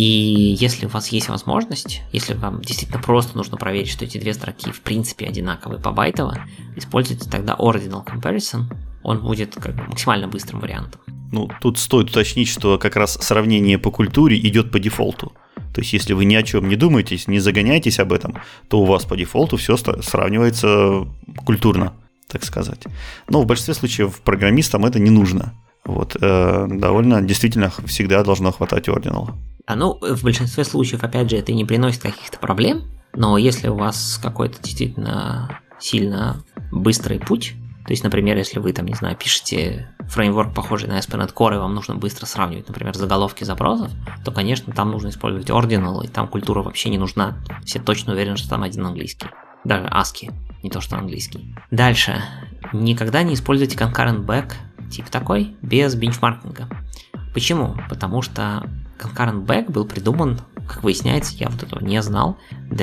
И если у вас есть возможность, если вам действительно просто нужно проверить, что эти две строки в принципе одинаковые по байтово, используйте тогда ordinal comparison, он будет как бы максимально быстрым вариантом. Ну, тут стоит уточнить, что как раз сравнение по культуре идет по дефолту. То есть, если вы ни о чем не думаете, не загоняетесь об этом, то у вас по дефолту все сравнивается культурно, так сказать. Но в большинстве случаев программистам это не нужно. Вот, э, довольно действительно всегда должно хватать ординала. А ну, в большинстве случаев, опять же, это не приносит каких-то проблем, но если у вас какой-то действительно сильно быстрый путь, то есть, например, если вы там, не знаю, пишете фреймворк, похожий на эс пи нет Core, и вам нужно быстро сравнивать, например, заголовки запросов, то, конечно, там нужно использовать ordinal, и там культура вообще не нужна. Все точно уверены, что там один английский. Даже аски, не то что английский. Дальше. Никогда не используйте concurrent back, тип такой, без бенчмаркинга. Почему? Потому что concurrent back был придуман, как выясняется, я вот этого не знал,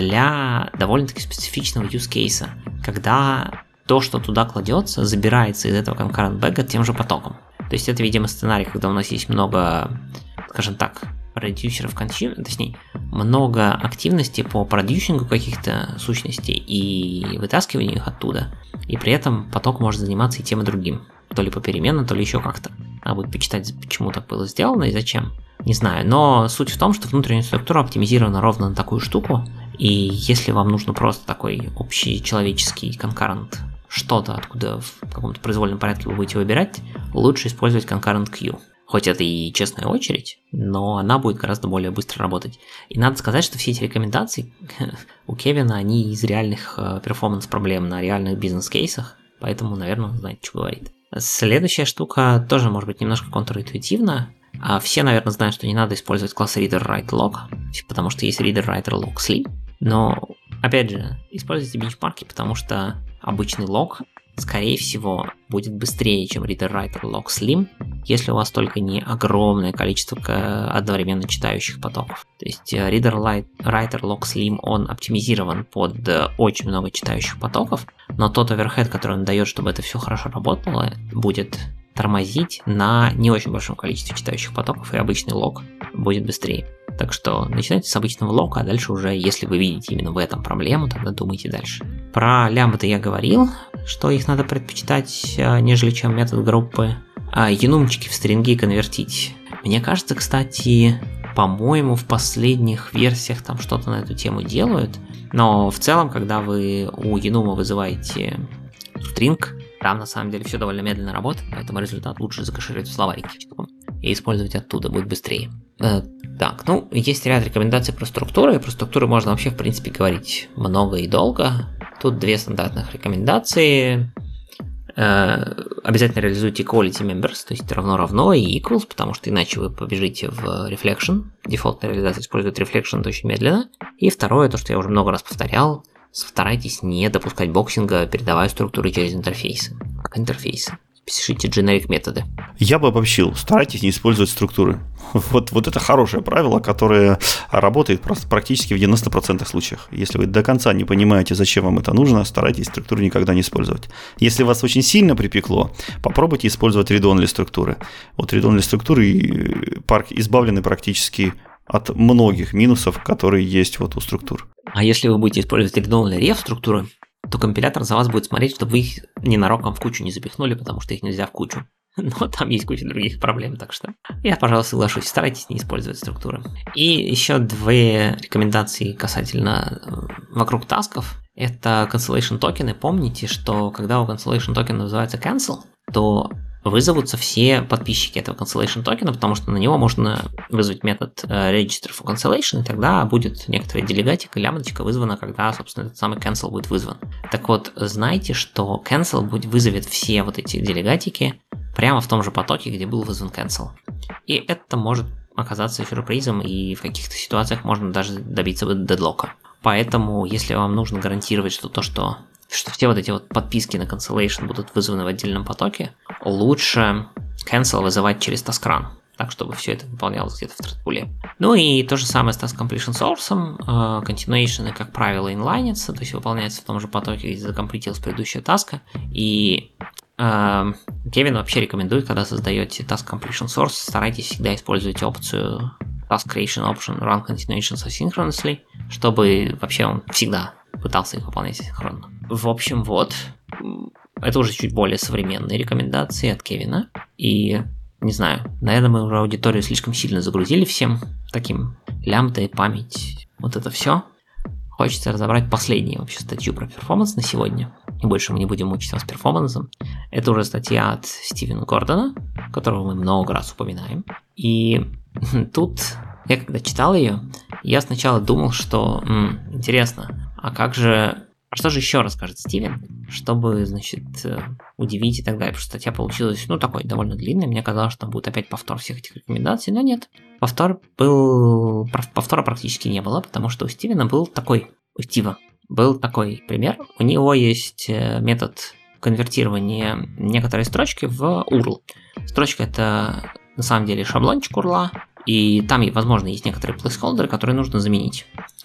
для довольно-таки специфичного use case, когда то, что туда кладется, забирается из этого concurrent back тем же потоком. То есть это, видимо, сценарий, когда у нас есть много, скажем так, продюсеров, точнее, много активности по продюсингу каких-то сущностей и вытаскиванию их оттуда, и при этом поток может заниматься и тем, и другим. То ли попеременно, то ли еще как-то. Надо будет почитать, почему так было сделано и зачем. Не знаю, но суть в том, что внутренняя структура оптимизирована ровно на такую штуку, и если вам нужно просто такой общий человеческий concurrent что-то, откуда в каком-то произвольном порядке вы будете выбирать, лучше использовать concurrent queue. Хоть это и честная очередь, но она будет гораздо более быстро работать. И надо сказать, что все эти рекомендации у Кевина, они из реальных перформанс-проблем на реальных бизнес-кейсах, поэтому, наверное, он знает, что говорит. Следующая штука тоже может быть немножко контринтуитивна. Все, наверное, знают, что не надо использовать класс reader-write-log, потому что есть reader-writer-log-sleep. Но, опять же, используйте бенчмарки, потому что обычный лог, скорее всего, будет быстрее, чем reader-writer-log-slim, если у вас только не огромное количество одновременно читающих потоков. То есть reader-writer-log-slim, он оптимизирован под очень много читающих потоков, но тот оверхед, который он дает, чтобы это все хорошо работало, будет тормозить на не очень большом количестве читающих потоков, и обычный лог будет быстрее. Так что начинайте с обычного лога, а дальше уже, если вы видите именно в этом проблему, тогда думайте дальше. Про лямбды я говорил, что их надо предпочитать, нежели чем метод группы. А енумчики в стринги конвертить. Мне кажется, кстати, по-моему, в последних версиях там что-то на эту тему делают, но в целом, когда вы у enum вызываете string, там на самом деле все довольно медленно работает, поэтому результат лучше закэшировать в словарике и использовать оттуда, будет быстрее. Э, так, ну, есть ряд рекомендаций про структуры, и про структуры можно вообще, в принципе, говорить много и долго. Тут две стандартных рекомендации. э, обязательно реализуйте quality members, то есть равно-равно и equals, потому что иначе вы побежите в reflection. Дефолтная реализация использует reflection, это очень медленно. И второе, то, что я уже много раз повторял, старайтесь не допускать боксинга, передавая структуры через интерфейсы. Как интерфейсы. Пишите generic методы. Я бы обобщил, старайтесь не использовать структуры. Вот, вот это хорошее правило, которое работает практически в девяноста процентах случаев. Если вы до конца не понимаете, зачем вам это нужно, старайтесь структуры никогда не использовать. Если вас очень сильно припекло, попробуйте использовать read-only структуры. Вот read-only структуры избавлены практически от многих минусов, которые есть вот у структур. А если вы будете использовать read-only ref структуры, то компилятор за вас будет смотреть, чтобы вы их ненароком в кучу не запихнули, потому что их нельзя в кучу. Но там есть куча других проблем, так что я, пожалуй, соглашусь. Старайтесь не использовать структуры. И еще две рекомендации касательно вокруг тасков. Это cancellation токены. Помните, что когда у cancellation токена называется cancel, то вызовутся все подписчики этого cancellation токена, потому что на него можно вызвать метод register for cancellation, и тогда будет некоторая делегатика, лямбдочка вызвана, когда, собственно, этот самый cancel будет вызван. Так вот, знайте, что cancel будет, вызовет все вот эти делегатики прямо в том же потоке, где был вызван cancel. И это может оказаться сюрпризом, и в каких-то ситуациях можно даже добиться дедлока. Поэтому, если вам нужно гарантировать, что то, что что все вот эти вот подписки на cancellation будут вызваны в отдельном потоке, лучше cancel вызывать через TaskRun, так, чтобы все это выполнялось где-то в thread-пуле. Ну и то же самое с task completion source, continuation, как правило, инлайнится, то есть выполняется в том же потоке, где закомплетилась предыдущая таска, и э, Кевин вообще рекомендует, когда создаете task completion source, старайтесь всегда использовать опцию task creation option run continuations asynchronously, чтобы вообще он всегда пытался их выполнять синхронно. В общем, вот. Это уже чуть более современные рекомендации от Кевина. И, не знаю, наверное, мы уже аудиторию слишком сильно загрузили всем таким лямбда и память. Вот это все. Хочется разобрать последнюю вообще статью про перформанс на сегодня. И больше мы не будем мучить вас перформансом. Это уже статья от Стивена Гордона, которого мы много раз упоминаем. И тут я когда читал ее, я сначала думал, что м, интересно, а как же... А что же еще расскажет Стивен, чтобы, значит, удивить и так далее? Потому что статья получилась, ну, такой довольно длинной. Мне казалось, что там будет опять повтор всех этих рекомендаций, но нет. Повтор был... Повтора практически не было, потому что у Стивена был такой... У Стива был такой пример. У него есть метод конвертирования некоторой строчки в ю ар эл. Строчка — это, на самом деле, шаблончик ю ар эл, и там, возможно, есть некоторые плейсхолдеры, которые нужно заменить.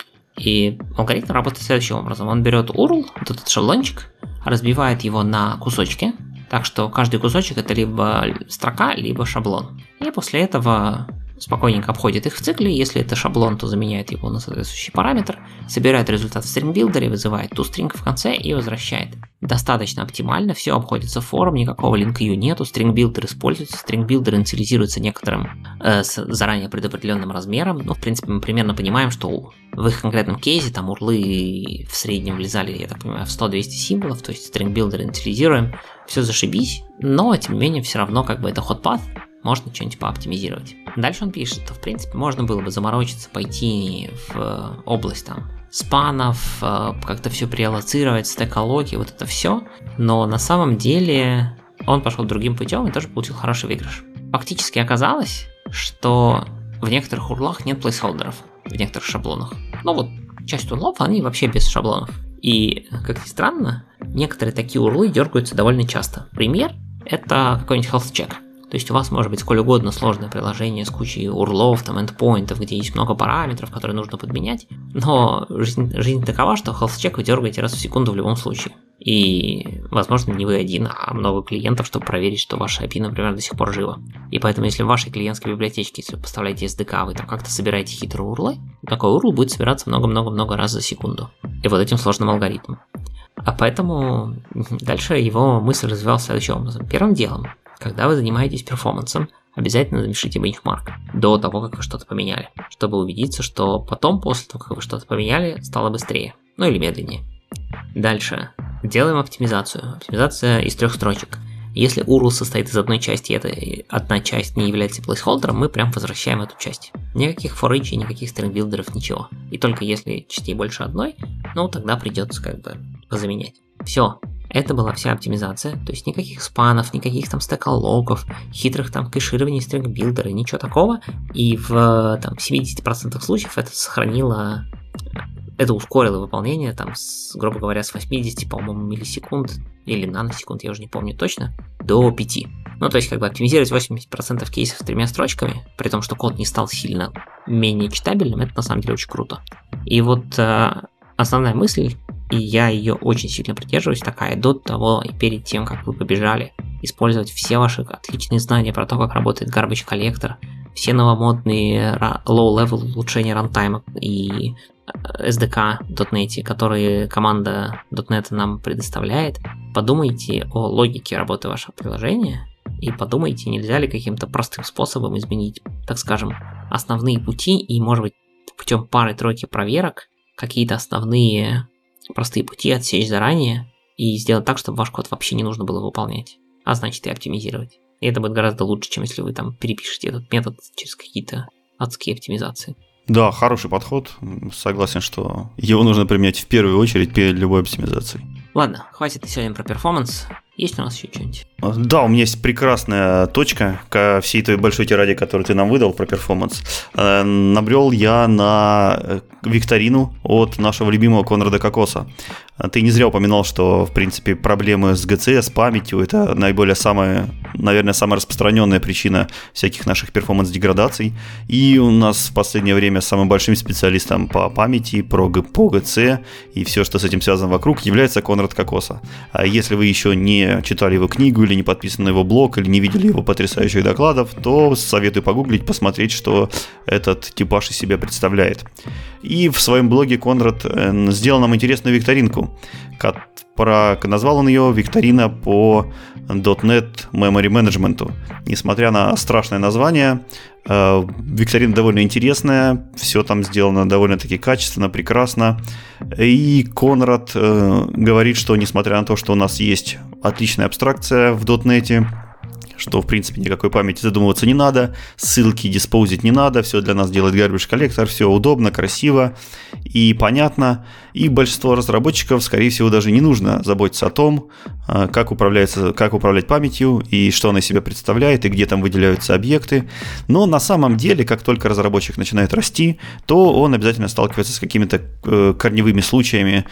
И алгоритм работает следующим образом. Он берет ю ар эл, вот этот шаблончик, разбивает его на кусочки, так что каждый кусочек — это либо строка, либо шаблон. И после этого спокойненько обходит их в цикле. Если это шаблон, то заменяет его на соответствующий параметр, собирает результат в string-билдере, вызывает toString в конце и возвращает. Достаточно оптимально, все обходится фором, никакого link-ю нету, string-билдер используется, string-билдер инициализируется некоторым э, с заранее предопределенным размером. Ну, в принципе, мы примерно понимаем, что в их конкретном кейсе там урлы в среднем влезали, я так понимаю, в сто-двести символов, то есть string-билдер инициализируем, все зашибись, но, тем не менее, все равно как бы это hot-path, можно что-нибудь пооптимизировать. Дальше он пишет, что в принципе можно было бы заморочиться, пойти в область там спанов, как-то все преаллоцировать, стэк-алоки, вот это все, но на самом деле он пошел другим путем и тоже получил хороший выигрыш. Фактически оказалось, что в некоторых урлах нет плейсхолдеров, в некоторых шаблонах. Ну вот, часть урлов, они вообще без шаблонов. И, как ни странно, некоторые такие урлы дергаются довольно часто. Пример — это какой-нибудь health check. То есть у вас может быть сколь угодно сложное приложение с кучей урлов, там, эндпоинтов, где есть много параметров, которые нужно подменять, но жизнь, жизнь такова, что health check вы дергаете раз в секунду в любом случае. И, возможно, не вы один, а много клиентов, чтобы проверить, что ваше эй пи ай, например, до сих пор живо. И поэтому, если в вашей клиентской библиотечке, если вы поставляете эс ди кей, вы там как-то собираете хитрые урлы, такой урл будет собираться много-много-много раз за секунду. И вот этим сложным алгоритмом. А поэтому дальше его мысль развивалась следующим образом. Первым делом, когда вы занимаетесь перформансом, обязательно запишите бенчмарк до того, как вы что-то поменяли, чтобы убедиться, что потом, после того, как вы что-то поменяли, стало быстрее, ну или медленнее. Дальше. Делаем оптимизацию. Оптимизация из трех строчек. Если ю ар эл состоит из одной части, и эта одна часть не является плейсхолдером, мы прям возвращаем эту часть. Никаких for each, никаких string-билдеров, ничего. И только если частей больше одной, ну тогда придется как бы позаменять. Все. Это была вся оптимизация, то есть никаких спанов, никаких там стек-локов, хитрых там кэширований стринг-билдера, ничего такого. И в там, семьдесят процентов случаев это сохранило, это ускорило выполнение, там, с, грубо говоря, с восемьдесят, по-моему, миллисекунд или наносекунд, я уже не помню точно, до пяти. Ну, то есть, как бы оптимизировать восемьдесят процентов кейсов с тремя строчками, при том, что код не стал сильно менее читабельным, это на самом деле очень круто. И вот э, основная мысль, и я ее очень сильно придерживаюсь, такая: до того и перед тем, как вы побежали использовать все ваши отличные знания про то, как работает garbage коллектор, все новомодные low-level улучшения рантайма и эс ди кей .дот нет, которые команда .дот нет нам предоставляет, подумайте о логике работы вашего приложения и подумайте, нельзя ли каким-то простым способом изменить, так скажем, основные пути и, может быть, путем пары-тройки проверок какие-то основные простые пути отсечь заранее и сделать так, чтобы ваш код вообще не нужно было выполнять, а значит и оптимизировать. И это будет гораздо лучше, чем если вы там перепишете этот метод через какие-то адские оптимизации. Да, хороший подход. Согласен, что его нужно применять в первую очередь перед любой оптимизацией. Ладно, хватит сегодня про перформанс. Есть у нас еще что-нибудь? Да, у меня есть прекрасная точка ко всей той большой тираде, которую ты нам выдал про перформанс. Набрел я на викторину от нашего любимого Конрада Кокоса. Ты не зря упоминал, что, в принципе, проблемы с гэ цэ, с памятью – это наиболее самая, наверное, самая распространенная причина всяких наших перформанс-деградаций. И у нас в последнее время самым большим специалистом по памяти, по гэ цэ и все, что с этим связано вокруг, является Конрад Кокоса. А если вы еще не читали его книгу или не подписаны на его блог, или не видели его потрясающих докладов, то советую погуглить, посмотреть, что этот типаж из себя представляет. И в своем блоге Конрад сделал нам интересную викторинку. Про, назвал он ее «Викторина по .дот нет Memory Management». Несмотря на страшное название, викторина довольно интересная, все там сделано довольно-таки качественно, прекрасно. И Конрад э, говорит, что несмотря на то, что у нас есть отличная абстракция в .дот нет, что, в принципе, никакой памяти задумываться не надо, ссылки диспоузить не надо, все для нас делает garbage коллектор, все удобно, красиво и понятно. И большинство разработчиков, скорее всего, даже не нужно заботиться о том, как управляется, как управлять памятью и что она из себя представляет, и где там выделяются объекты. Но на самом деле, как только разработчик начинает расти, то он обязательно сталкивается с какими-то корневыми случаями,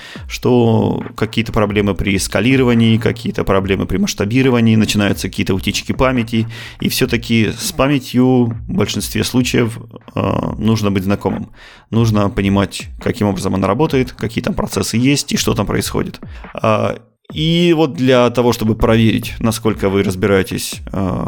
что какие-то проблемы при скалировании, какие-то проблемы при масштабировании, начинаются какие-то утечки памяти, и все-таки с памятью в большинстве случаев э, нужно быть знакомым. Нужно понимать, каким образом она работает, какие там процессы есть и что там происходит. Э, и вот для того, чтобы проверить, насколько вы разбираетесь э,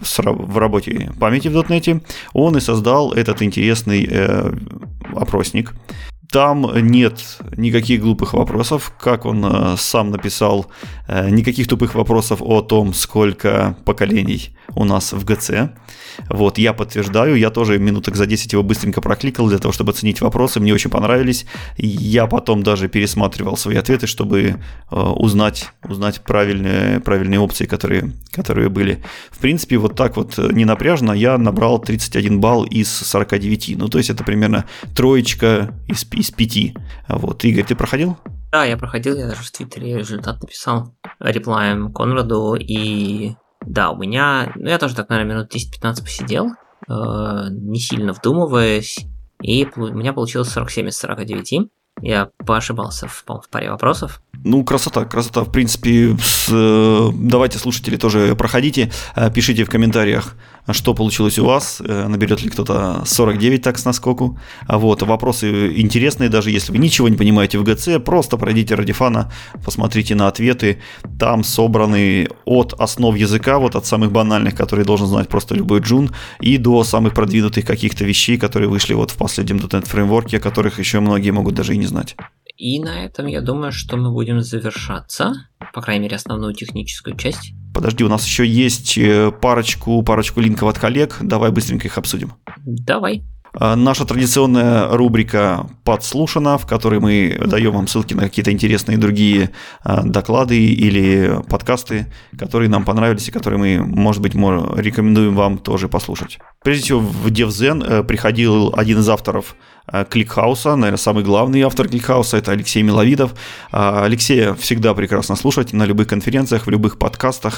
в работе памяти в .дот нет, он и создал этот интересный э, опросник. Там нет никаких глупых вопросов, как он э, сам написал, э, никаких тупых вопросов о том, сколько поколений у нас в гэ цэ. Вот, я подтверждаю, я тоже минуток за десять его быстренько прокликал для того, чтобы оценить вопросы, мне очень понравились. Я потом даже пересматривал свои ответы, чтобы э, узнать, узнать правильные, правильные опции, которые, которые были. В принципе, вот так вот ненапряжно я набрал тридцать один балл из сорок девять. Ну, то есть это примерно троечка из, из пяти. Вот, Игорь, ты проходил? Да, я проходил, я даже в Твиттере результат написал реплаем Конраду, и да, у меня, ну я тоже так, наверное, минут десять-пятнадцать посидел, э, не сильно вдумываясь, и у меня получилось сорок семь из сорока девяти. Я поошибался в, в паре вопросов. Ну, красота, красота. В принципе, с, э, давайте, слушатели, тоже проходите, э, пишите в комментариях, что получилось у вас, э, наберет ли кто-то сорок девять так с наскоку. Вот, вопросы интересные, даже если вы ничего не понимаете в гэ цэ, просто пройдите ради фана, посмотрите на ответы. Там собраны от основ языка, вот от самых банальных, которые должен знать просто любой джун, и до самых продвинутых каких-то вещей, которые вышли вот в последнем .дот нет фреймворке, о которых еще многие могут даже и не знать. И на этом, я думаю, что мы будем завершаться, по крайней мере, основную техническую часть. Подожди, у нас еще есть парочку, парочку линков от коллег, давай быстренько их обсудим. Давай. Наша традиционная рубрика «Подслушано», в которой мы даем вам ссылки на какие-то интересные другие доклады или подкасты, которые нам понравились и которые мы, может быть, рекомендуем вам тоже послушать. Прежде всего, в DevZen приходил один из авторов ClickHouse, наверное, самый главный автор ClickHouse, это Алексей Миловидов. Алексея всегда прекрасно слушать на любых конференциях, в любых подкастах.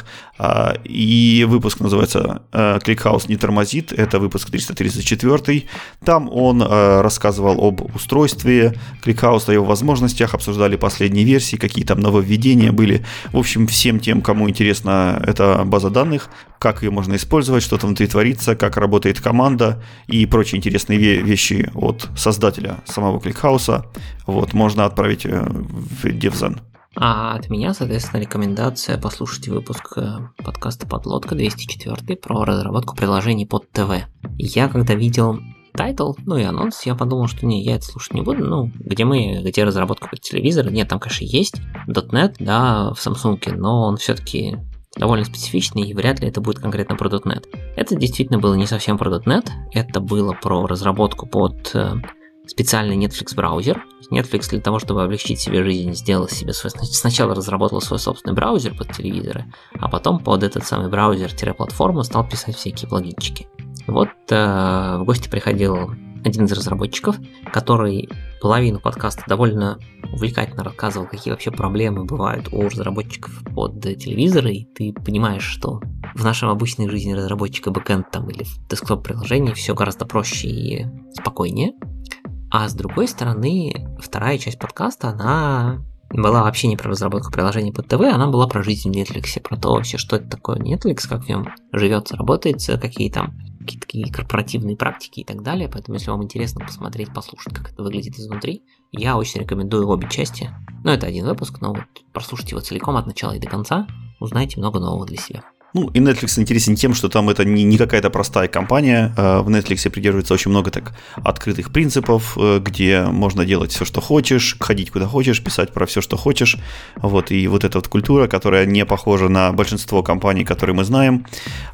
И выпуск называется ClickHouse не тормозит, это выпуск триста тридцать четыре. Там он рассказывал об устройстве ClickHouse, о его возможностях, обсуждали последние версии, какие там нововведения были. В общем, всем тем, кому интересна эта база данных, как ее можно использовать, что там внутри творится, как работает команда и прочие интересные вещи от создателя самого ClickHouse, вот, можно отправить в DevZen. А от меня, соответственно, рекомендация послушать выпуск подкаста «Подлодка» двести четыре про разработку приложений под ТВ. Я когда видел тайтл, ну и анонс, я подумал, что не, я это слушать не буду, ну, где мы, где разработка под телевизор, нет, там, конечно, есть .дот нет, да, в Samsung, но он все-таки довольно специфичный, и вряд ли это будет конкретно про .дот нет. Это действительно было не совсем про .дот нет, это было про разработку под э, специальный Netflix браузер. Netflix для того, чтобы облегчить себе жизнь, сделал себе свой, сначала разработал свой собственный браузер под телевизоры, а потом под этот самый браузер-платформу стал писать всякие плагинчики. Вот э, в гости приходил один из разработчиков, который половину подкаста довольно увлекательно рассказывал, какие вообще проблемы бывают у разработчиков под телевизоры, и ты понимаешь, что в нашем обычной жизни разработчика бэкэнд там или в десктоп-приложении все гораздо проще и спокойнее. А с другой стороны, вторая часть подкаста, она была вообще не про разработку приложений под ТВ, она была про жизнь в Netflix, про то вообще, что это такое Netflix, как в нем живется, работает, какие там какие-то такие корпоративные практики и так далее. Поэтому, если вам интересно посмотреть, послушать, как это выглядит изнутри, я очень рекомендую обе части. Ну, это один выпуск, но вот прослушайте его целиком от начала и до конца, узнаете много нового для себя. Ну, и Netflix интересен тем, что там это не, не какая-то простая компания. В Netflix придерживается очень много так открытых принципов, где можно делать все, что хочешь, ходить куда хочешь, писать про все, что хочешь. Вот, и вот эта вот культура, которая не похожа на большинство компаний, которые мы знаем,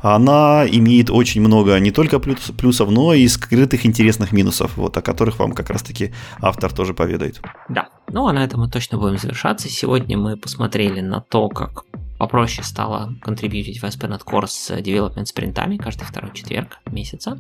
она имеет очень много не только плюс, плюсов, но и скрытых интересных минусов, вот, о которых вам как раз-таки автор тоже поведает. Да, ну а на этом мы точно будем завершаться. Сегодня мы посмотрели на то, как попроще стало контрибьютить в эй эс пи точка нет Core с development спринтами каждый второй четверг месяца.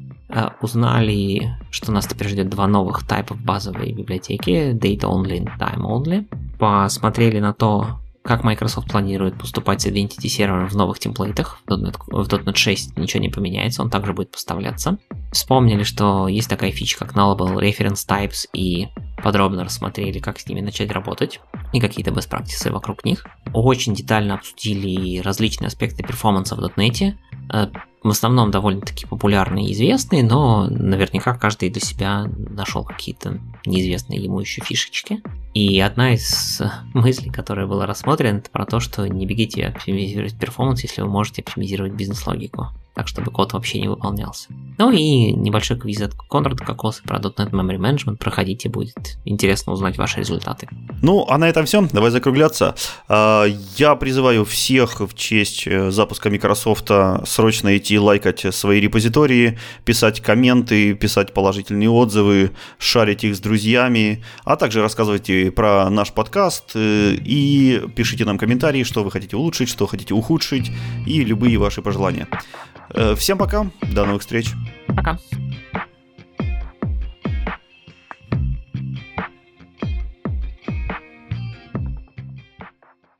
Узнали, что нас теперь ждет два новых типа базовой библиотеки, Data Only и Time Only. Посмотрели на то, как Microsoft планирует поступать с Identity сервером в новых темплейтах. В .дот нет, в .дот нет шесть ничего не поменяется, он также будет поставляться. Вспомнили, что есть такая фича, как Nullable Reference Types, и подробно рассмотрели, как с ними начать работать и какие-то best practices вокруг них. Очень детально обсудили различные аспекты перформанса в .дот нет. В основном довольно-таки популярные и известные, но наверняка каждый для себя нашел какие-то неизвестные ему еще фишечки. И одна из мыслей, которая была рассмотрена, это про то, что не бегите оптимизировать перформанс, если вы можете оптимизировать бизнес-логику, так чтобы код вообще не выполнялся. Ну и небольшой квиз от Конрада Кокоса про .дот нет Memory Management. Проходите, будет интересно узнать ваши результаты. Ну, а на этом все. Давай закругляться. Я призываю всех в честь запуска Microsoft срочно идти лайкать свои репозитории, писать комменты, писать положительные отзывы, шарить их с друзьями, а также рассказывайте про наш подкаст и пишите нам комментарии, что вы хотите улучшить, что хотите ухудшить и любые ваши пожелания. Всем пока, до новых встреч. Пока.